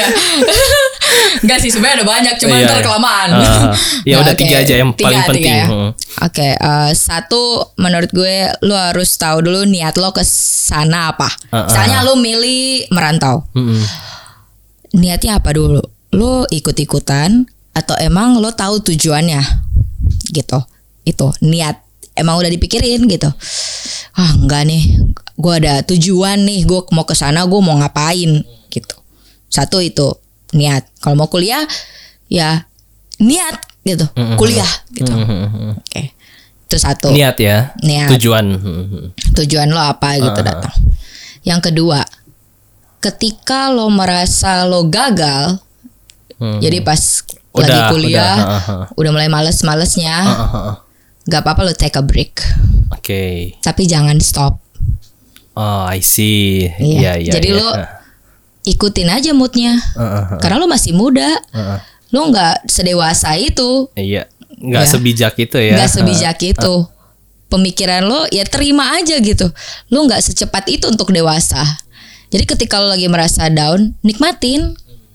Enggak sih sebenarnya ada banyak cuma ntar kelamaan. Uh, ya nah, udah okay. tiga aja yang tiga, paling tiga, penting. Ya. Hmm. Oke, okay, uh, satu menurut gue lu harus tahu dulu niat lo ke sana apa. Uh, uh. Misalnya lu milih merantau. Uh-uh. Niatnya apa dulu? Lu ikut-ikutan atau emang lo tahu tujuannya? Gitu. Itu niat. Emang udah dipikirin gitu. Ah, enggak nih. Gue ada tujuan nih, gue mau ke sana, gue mau ngapain gitu. Satu itu niat. Kalau mau kuliah ya niat gitu. Mm-hmm. Kuliah gitu. Mm-hmm. Oke. Okay. Itu satu. Niat ya. Niat. Tujuan. Tujuan lo apa gitu uh-huh. datang. Yang kedua, ketika lo merasa lo gagal, hmm. jadi pas udah, lagi kuliah udah, uh-huh. udah mulai males-malesnya, uh-huh. gak apa-apa lo take a break. Oke. Okay. Tapi jangan stop. Oh, I see. Iya. Yeah, yeah, jadi yeah. lo ikutin aja moodnya, uh-huh. karena lo masih muda, uh-huh. lo nggak sedewasa itu. Iya. Nggak ya. sebijak itu ya. Nggak sebijak uh, itu. Pemikiran lo ya terima aja gitu. Lo nggak secepat itu untuk dewasa. Jadi ketika lo lagi merasa down, nikmatin.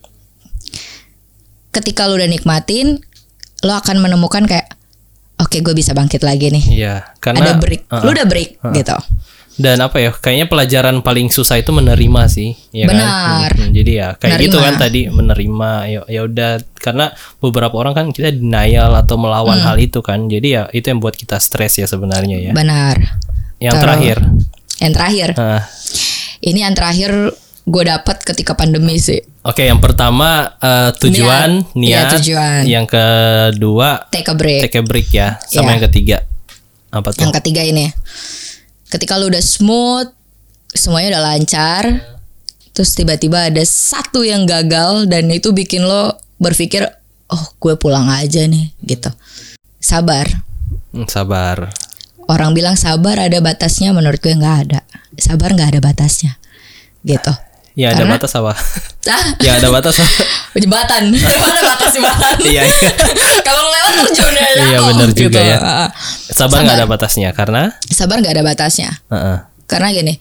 Ketika lo udah nikmatin, lo akan menemukan kayak, oke okay, gue bisa bangkit lagi nih. Iya, karena ada break, uh, lo udah break uh, gitu. Dan apa ya? Kayaknya pelajaran paling susah itu menerima sih. Ya benar. Kan? Hmm, jadi ya kayak menerima. gitu kan tadi menerima. Ya ya udah, karena beberapa orang kan kita denial atau melawan hmm. hal itu kan. Jadi ya itu yang buat kita stres ya sebenarnya ya. Benar. Yang Terus, terakhir. Yang terakhir. Uh. Ini yang terakhir gue dapat ketika pandemi sih. Oke, yang pertama uh, tujuan, niat, niat. Ya, tujuan. Yang kedua take a break. Take a break ya. Sama ya. yang ketiga apa tuh? Yang ketiga ini, ketika lu udah smooth, semuanya udah lancar, terus tiba-tiba ada satu yang gagal dan itu bikin lo berpikir, oh gue pulang aja nih, gitu. Sabar. Sabar. Orang bilang sabar ada batasnya, menurut gue nggak ada. Sabar nggak ada batasnya, gitu. Ya ada Karena, batas apa? Ah, ya ada batas apa? Jembatan. Ada batas jembatan. Iya. Kalau lewat terjun ya. Iya benar juga gitu. ya. Sabar nggak ada batasnya karena? Sabar nggak ada batasnya. Uh-uh. Karena gini,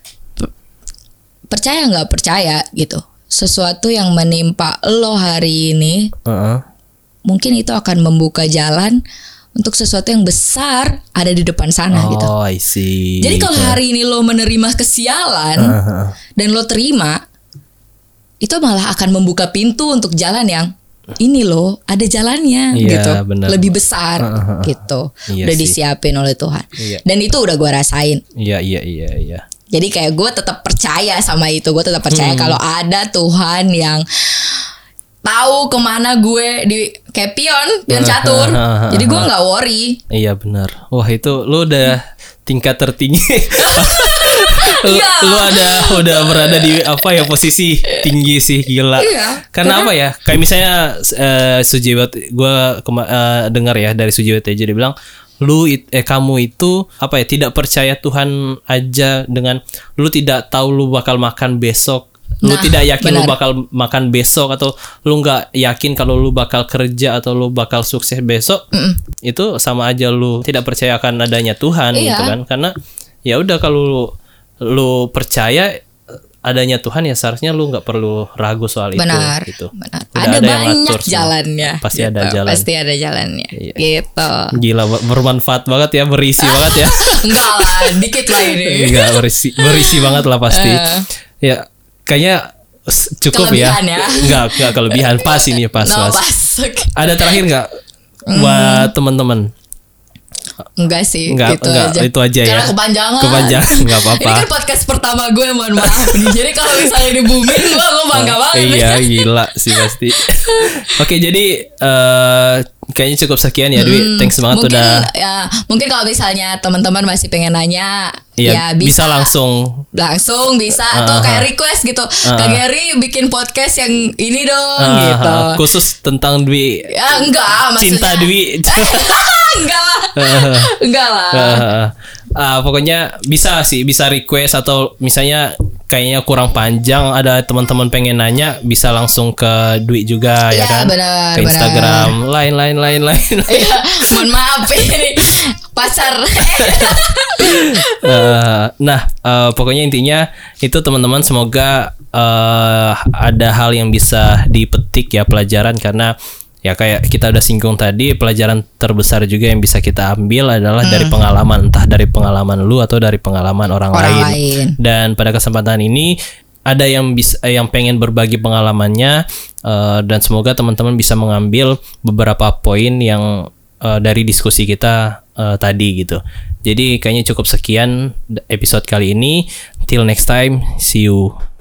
percaya nggak percaya gitu, sesuatu yang menimpa lo hari ini, uh-uh. mungkin itu akan membuka jalan untuk sesuatu yang besar ada di depan sana. Oh, gitu. Oh, I see. Jadi kalau hari ini lo menerima kesialan uh-huh. dan lo terima, itu malah akan membuka pintu untuk jalan yang ini lo ada jalannya, iya, gitu, bener. lebih besar, uh-huh. gitu, iya udah sih. disiapin oleh Tuhan. Iya. Dan itu udah gue rasain. Iya iya iya iya. Jadi kayak gue tetap percaya sama itu, gue tetap percaya hmm. kalau ada Tuhan yang tahu kemana gue di kayak pion, pion catur. Jadi gue nggak worry. Iya benar. Wah itu lu udah tingkat tertinggi. lu, lu ada udah berada di apa ya posisi tinggi sih, gila. Iya, karena, karena apa ya? Kayak misalnya uh, Sujiwat, gue kema- uh, dengar ya dari Sujiwat aja dia bilang, lu it, eh kamu itu apa ya, tidak percaya Tuhan aja dengan lu tidak tahu lu bakal makan besok. Lu nah, tidak yakin benar. Lu bakal makan besok, atau lu nggak yakin kalau lu bakal kerja atau lu bakal sukses besok. Mm-mm. Itu sama aja lu tidak percaya akan adanya Tuhan. Iya. Gitu kan. Karena ya udah kalau lu, lu percaya adanya Tuhan ya seharusnya lu nggak perlu ragu soal benar, itu. Benar. Udah ada, ada banyak jalannya. Pasti gitu. ada jalan. Pasti ada jalannya. Iya. Gitu. Gila, bermanfaat banget ya, berisi banget ya. Enggak lah, dikit lah ini. Enggak, berisi, berisi banget lah pasti. Uh. Ya. Kayaknya cukup ya. ya. Enggak, enggak kelebihan. Pas ini pas, no, pas. pas. Okay. Ada terakhir enggak buat mm. teman-teman? Enggak sih, enggak, gitu enggak, aja. Itu aja ya. Karena kepanjangan. Kepanjangan, enggak apa-apa. Ini kan podcast pertama gue, mohon maaf nih. Jadi kalau misalnya di booming, gue gue bangga banget. Iya, gila sih pasti. Oke, jadi uh, kayaknya cukup sekian ya, Dwi. Hmm, Thanks banget mungkin, udah. Ya, mungkin kalau misalnya teman-teman masih pengen nanya, iya, ya bisa, bisa langsung. Langsung bisa uh, atau kayak request gitu. Uh, Kak Gary bikin podcast yang ini dong, uh, gitu. Khusus tentang Dwi. Ya enggak, maksudnya. Cinta Dwi. Enggak lah. Uh, enggak lah. Uh, uh, pokoknya bisa sih, bisa request atau misalnya kayaknya kurang panjang, ada teman-teman pengen nanya, bisa langsung ke Dwi juga ya, ya kan, bener, ke Instagram, bener. lain lain lain lain. Iya, mohon maaf ini pasar. uh, nah, uh, pokoknya intinya itu teman-teman, semoga uh, ada hal yang bisa dipetik ya, pelajaran, karena ya kayak kita udah singgung tadi, pelajaran terbesar juga yang bisa kita ambil adalah hmm. dari pengalaman, entah dari pengalaman lu atau dari pengalaman orang, orang lain. lain. Dan pada kesempatan ini ada yang bisa, yang pengen berbagi pengalamannya, uh, dan semoga teman-teman bisa mengambil beberapa poin yang uh, dari diskusi kita uh, tadi gitu. Jadi kayaknya cukup sekian episode kali ini. Till next time, see you.